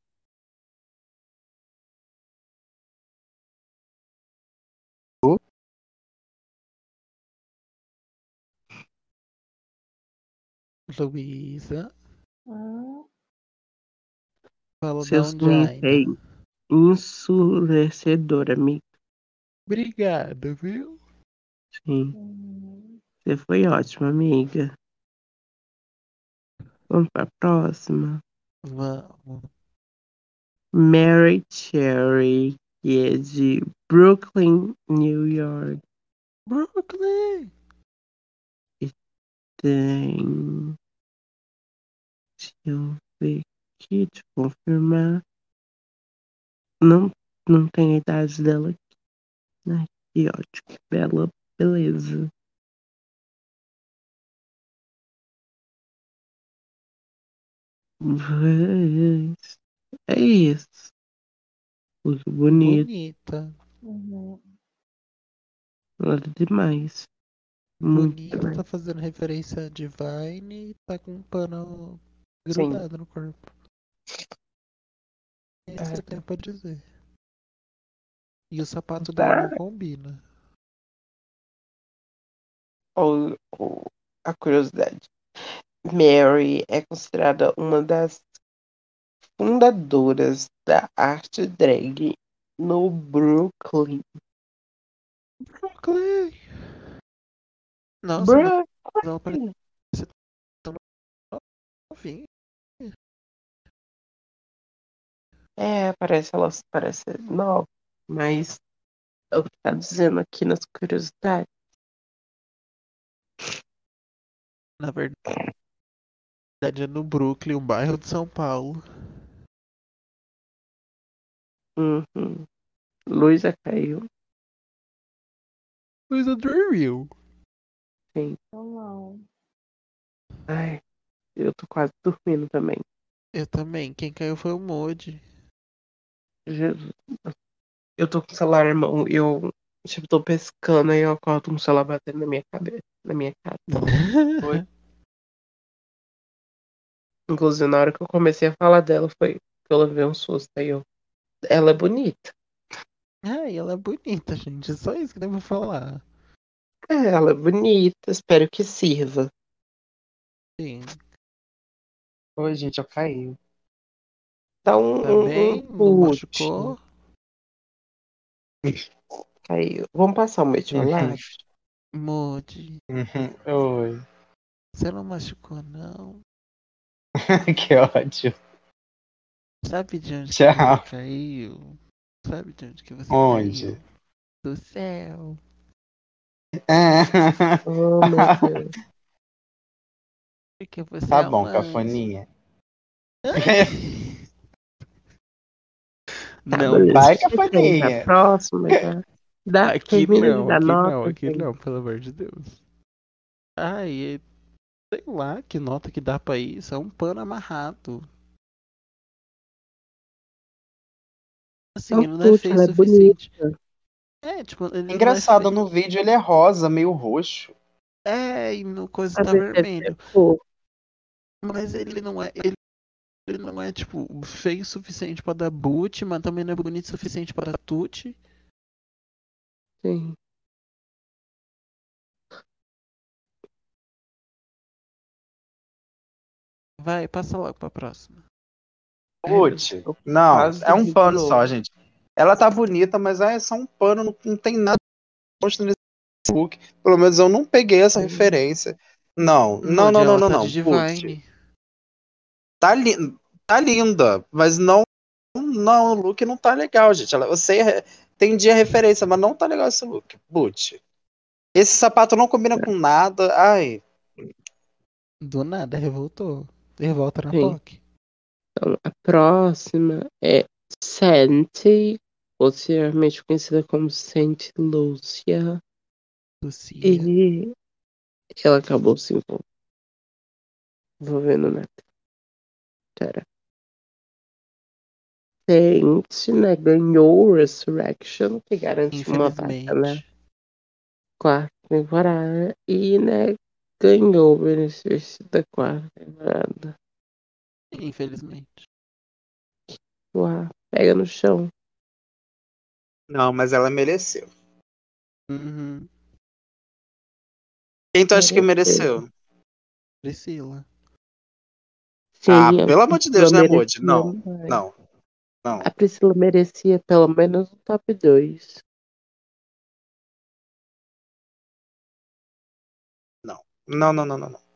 Luísa, Hum, fala da Seu sonho é Ongina. ensurdecedor, amigo. Obrigado, viu? Sim. uhum. Você foi ótima, amiga. Vamos pra próxima. Vamos. Mary Cherry, que é de Brooklyn, New York. Brooklyn! Tem. Deixa eu ver aqui, deixa eu confirmar. Não, não tem a idade dela aqui, né? Que ótimo, que bela beleza. Mas é isso. Muito bonito, Bonita. Uhum. nada demais. Muito Bonita, demais. tá fazendo referência a Divine e tá com um pano Sim. grudado no corpo. É isso que eu tenho pra dizer. E o sapato dela Tá? não combina. Ou, ou a curiosidade. Mary é considerada uma das fundadoras da arte drag no Brooklyn. Brooklyn! Nossa, mas ela parece Brooklyn! tão novinha. É, parece, ela parece nova, mas é o que tá dizendo aqui nas curiosidades. Na verdade, é no Brooklyn, um bairro de São Paulo. Uhum. Luísa caiu, Mas a Dreamville. sim. Eu não. Ai, eu tô quase dormindo também. Eu também. Quem caiu foi o Modi. Jesus. Eu tô com o celular na mão e eu, tipo, tô pescando aí eu acordo com o celular batendo na minha cabeça, na minha cara. Foi. Inclusive, na hora que eu comecei a falar dela, foi que eu levei um susto aí, ó. Ela é bonita. Ai, ela é bonita, gente. É só isso que eu vou falar. É, ela é bonita. Espero que sirva. Sim. Oi, gente, eu caí. Dá um, Tá um, um bem? Não boot. machucou? Caiu. Vamos passar o metiolate? Mude. Oi. Você não machucou, não. Que ódio. Sabe de onde que você Tchau. caiu? Sabe de onde que você Onde? caiu? Do céu. Oh, meu Deus. Porque você Tá é um bom, anjo. cafoninha. Tá, Não, beleza. Vai, Você quer ir pra cafoninha. próxima? Já? Dá, aqui termina de não, dar aqui não, nota, aqui gente. não, pelo amor de Deus. Ai, sei lá que nota que dá pra isso. É um pano amarrado. Assim, Não, ele não é Tuti, feio o ela é bonita. suficiente. É, tipo, ele não é Engraçado, feio. no vídeo ele é rosa, meio roxo. É, e no coisa A tá ver, deve ser vermelho. fofo. Mas ele não é. Ele, ele não é, tipo, feio o suficiente pra dar boot, mas também não é bonito o suficiente pra dar tute. Sim. Vai, passa logo pra próxima. Putz, Eu não, quase é um dormi de pano só, novo. gente. Ela tá bonita, mas é só um pano, não, não tem nada monstro nesse look. Pelo menos eu não peguei essa Sim. referência. Não, não, Mude, não, não, ela não, tá de não. Putz, Divine. tá, li tá linda, mas não, não, o look não tá legal, gente. Ela, eu sei, entendi a referência, mas não tá legal esse look. Putz. Esse sapato não combina com nada. Ai, Do nada, revoltou. Revolta na Sim. P O C. Então, a próxima é Saint, posteriormente conhecida como Saint Lucia. Lucia. E ela acabou se envolvendo na Terra. Saint, né, ganhou o Resurrection, que garante uma vaga na Infelizmente. quarta temporada. E, né, ganhou o benefício da quarta temporada. Infelizmente. Uau, pega no chão. não, mas ela mereceu. Uhum. Quem tu acha que Mereceu. mereceu? Priscila. Ah, Sim, a pelo amor de Deus, Priscila né, Moody? merecia Não, mais. não, não. A Priscila merecia pelo menos o top dois. Não, não, não, não, não. não.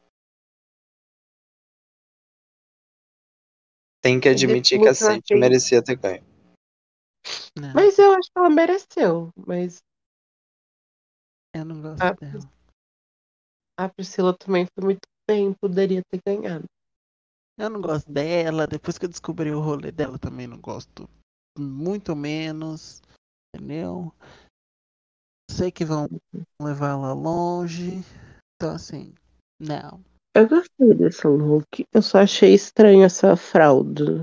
Tem que E desse admitir que a look eu Saint achei. merecia ter ganho. Não, Mas eu acho que ela mereceu. Mas eu não gosto a, dela. a Priscila também foi muito bem, poderia ter ganhado. Eu não gosto dela. Depois que eu descobri o rolê dela, também não gosto. Muito menos. Entendeu? Sei que vão levar ela longe. Então, assim, não. Eu gostei desse look. Eu só achei estranho essa fralda.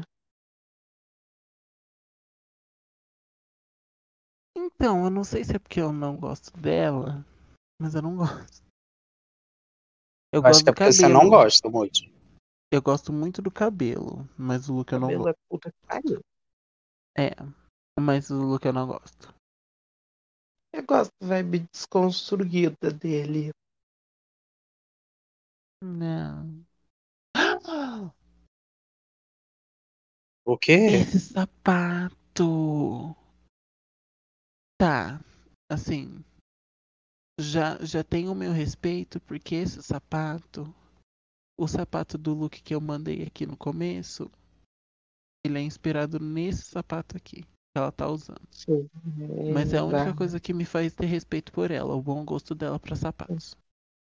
Então, eu não sei se é porque eu não gosto dela, mas eu não gosto. Eu Eu acho gosto que do é porque você não cabelo. gosta, Moody. Eu gosto muito do cabelo, mas o look O eu não cabelo gosto. é puta que pariu. É, mas o look eu não gosto. Eu gosto da vibe desconstruída dele. Não. O quê? Esse sapato. Tá, assim, já já tem o meu respeito porque esse sapato, o sapato do look que eu mandei aqui no começo, ele é inspirado nesse sapato aqui que ela tá usando. Sim. Mas é a única É, coisa que me faz ter respeito por ela, o bom gosto dela pra sapatos.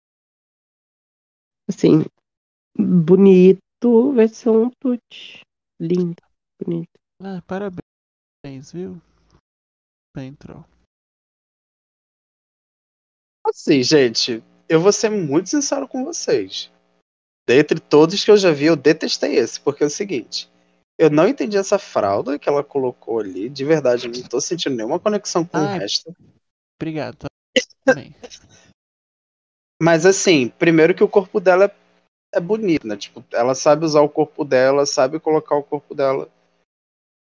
assim, bonito vai ser um tute. Lindo, bonito. Ah, parabéns, viu? Entrou. Assim, gente, eu vou ser muito sincero com vocês. Dentre todos que eu já vi, eu detestei esse, porque é o seguinte. Eu não entendi essa fralda que ela colocou ali. De verdade, eu não tô sentindo nenhuma conexão com o Ah, resto. obrigado também. Mas assim, primeiro que o corpo dela é, é bonito, né? Tipo, ela sabe usar o corpo dela, sabe colocar o corpo dela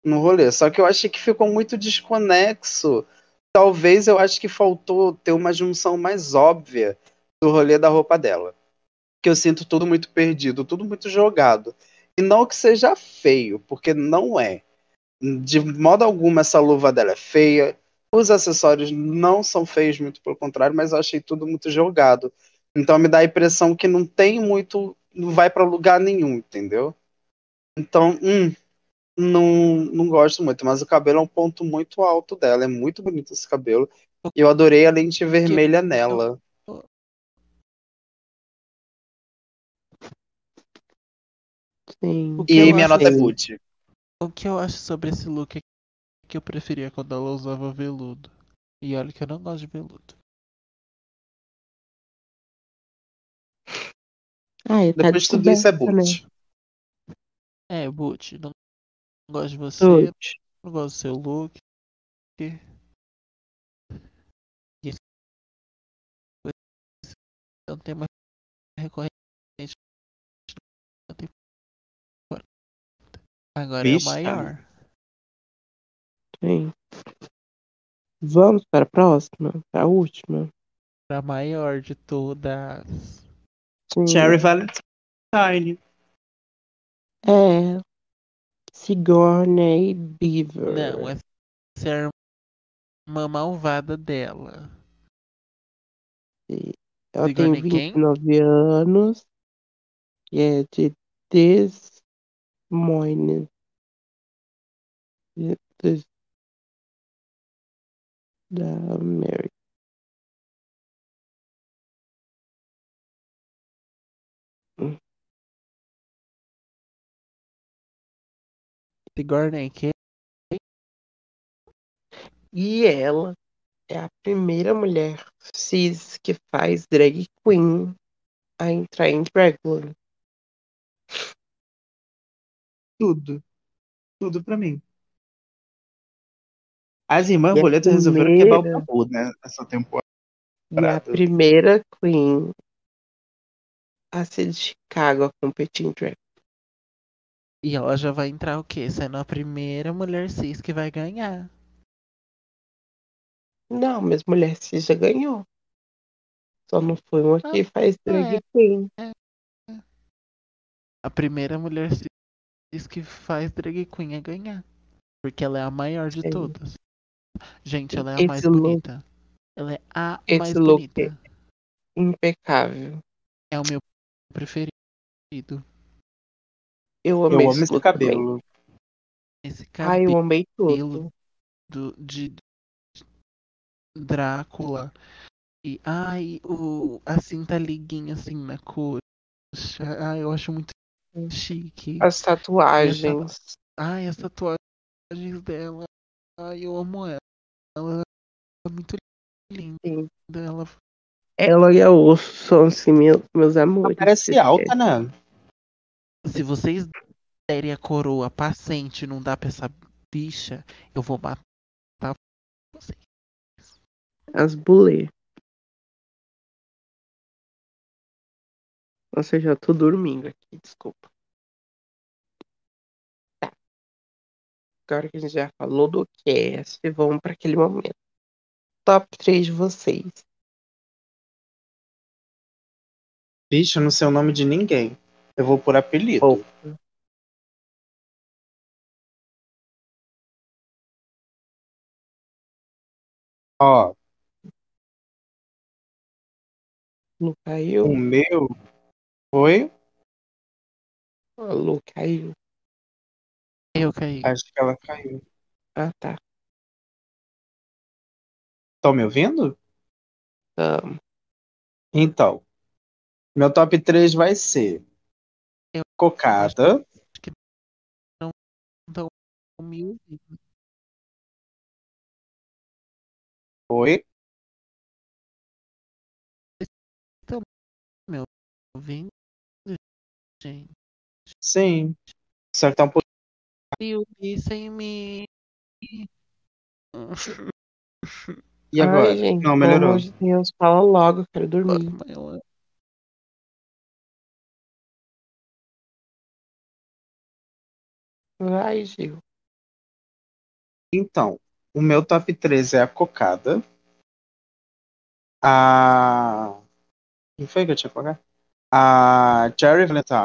no rolê. Só que eu achei que ficou muito desconexo. Talvez eu acho que faltou ter uma junção mais óbvia do rolê da roupa dela. Que eu sinto tudo muito perdido, tudo muito jogado. E não que seja feio, porque não é. De modo algum essa luva dela é feia. Os acessórios não são feios, muito pelo contrário, mas eu achei tudo muito jogado. Então me dá a impressão que não tem muito, não vai pra lugar nenhum, entendeu? Então, hum, não, não gosto muito, mas o cabelo é um ponto muito alto dela. É muito bonito esse cabelo. O E eu adorei a lente que vermelha eu, nela. Sim, o que E eu minha acho, nota é sim. boot. o que eu acho sobre esse look é que eu preferia quando ela usava veludo. E olha que eu não gosto de veludo. Ai, tá Depois de tudo isso é descoberta, né? boot. É, Boot, não gosto de você, Boot. não gosto do seu look. E esse é um tema recorrente na temporada. Agora é o Bicha. maior. Sim. Vamos para a próxima? Para a última? A maior de todas. Sim. Cherry Valentine. É. Sigourney Não, Beaver. essa é a irmã malvada dela. E ela tem Sigourney vinte e quem? nove anos. E é de Des Moines. Des- Da América. Sigourney quem? E ela é a primeira mulher cis que faz drag queen a entrar em Dragula. Tudo. Tudo pra mim. As irmãs E a Boleta resolveram quebrar o primeira, tabu, né? Essa temporada. e a primeira queen a ser de Chicago a competir em drag. E ela já vai entrar o quê? Sendo a primeira mulher cis que vai ganhar. Não, mas mulher cis já ganhou. Só não foi uma Ah, que faz é, drag queen. é. A primeira mulher cis que faz drag queen a ganhar. Porque ela é a maior de Sim. todas. Gente, ela é a mais Esse look, bonita. Ela é a esse mais look é bonita. impecável. É o meu preferido. Eu amei Eu amo esse esse look também. cabelo. Esse Ai, eu cabelo amei tudo. do, de Drácula. E ai, o, a cinta liguinha assim na coxa. Ai, eu acho muito chique. As E essa, tatuagens. ai, as tatuagens dela. Ai, eu amo ela. Ela é muito linda. Sim. Ela, Ela e a Urso são assim, meus, meus Ela amores. parece alta, né? se vocês derem a coroa paciente e não dá pra essa bicha, eu vou matar vocês. As bulê. Nossa, eu já tô dormindo aqui, desculpa. Tá. Agora que a gente já falou do cast, vamos para aquele momento. Top três de vocês. Bicho, eu não sei o nome de ninguém. Eu vou por apelido. Opa. Ó, Não o caiu? meu foi. A Lu caiu. Eu caí. Acho que ela caiu. Ah, tá. Estão me ouvindo? Tamo. Então, meu top três vai ser Eu acho Cocada. que não tão humilde. Foi. Estão me ouvindo, gente? Sim. Só que tá um pouco. Humilde sem me. E Ai, agora? gente, Não, pelo amor melhorou. de Deus, fala logo, eu quero dormir. Ela- Vai, Gil. Então, o meu top três é a Cocada. A. Quem foi que eu tinha colocado? A Cherry Valentine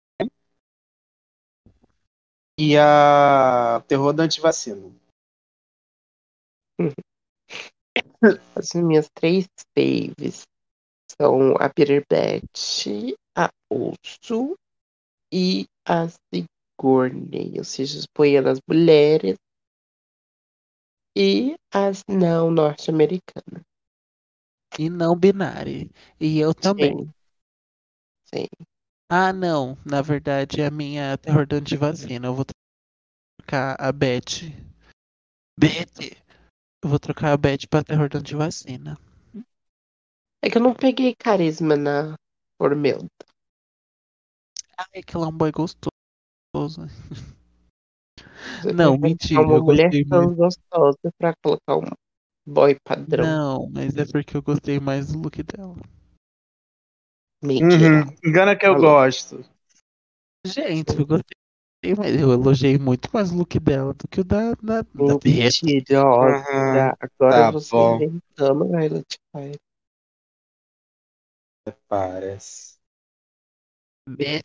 e a Terror da Antivacina. As minhas três faves são a Peter Bat, a Osso e a Sigourney, ou seja, as poemas mulheres e as não norte-americanas. E não binário. E eu também. Sim, sim. Ah, não. Na verdade, a minha terror da antivacina. Eu vou trocar a Beth. Beth! Eu vou trocar a Beth pra terror da antivacina. É que eu não peguei carisma na Formelda. Ai, que ela é um boy gostoso. Você Não, prefere pegar mentira. uma Eu mulher gostei tão mais. gostosa pra colocar um boy padrão. Não, mas é porque eu gostei mais do look dela. Mentira. Uhum. Engana que eu Falou. gosto. Gente, eu gostei, mas eu elogiei muito mais o look dela do que o da, da, da Beth. Mentirosa. Uhum. Agora Tá você bom. inventando Violet Fire. Parece. Beth.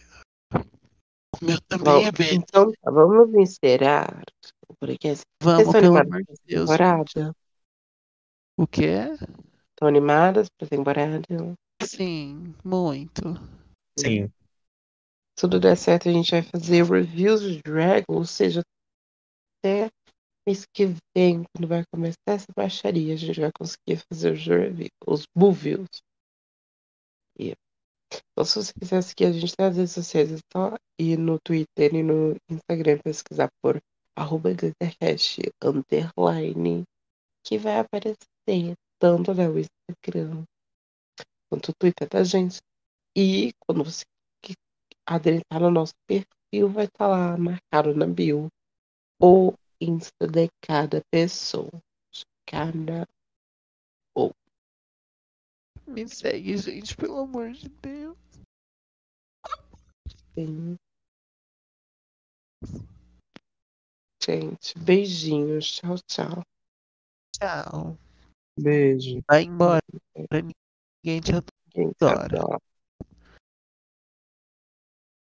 O meu também Bom, é Beth. então tá, vamos encerrar o podcast. Vocês Vamos, estão pelo animadas amor para de essa Deus, gente. temporada? O quê? Estão animadas para a temporada? Sim, muito. Sim. Se tudo der certo, a gente vai fazer reviews de Dragon, ou seja, até mês que vem, quando vai começar essa baixaria, a gente vai conseguir fazer os reviews, os reviews. Yeah. Então, se você quiser seguir a gente nas redes sociais, é só ir no Twitter e no Instagram pesquisar por arroba glittercast underline, que vai aparecer tanto no Instagram quanto no Twitter da gente. E quando você adentrar no nosso perfil, vai estar lá marcado na bio o Insta de cada pessoa. De cada ou. Me segue, gente, pelo amor de Deus. Sim. Gente, beijinhos. Tchau, tchau. Tchau. Beijo. Vai embora. Ninguém te Quem te adora. adora.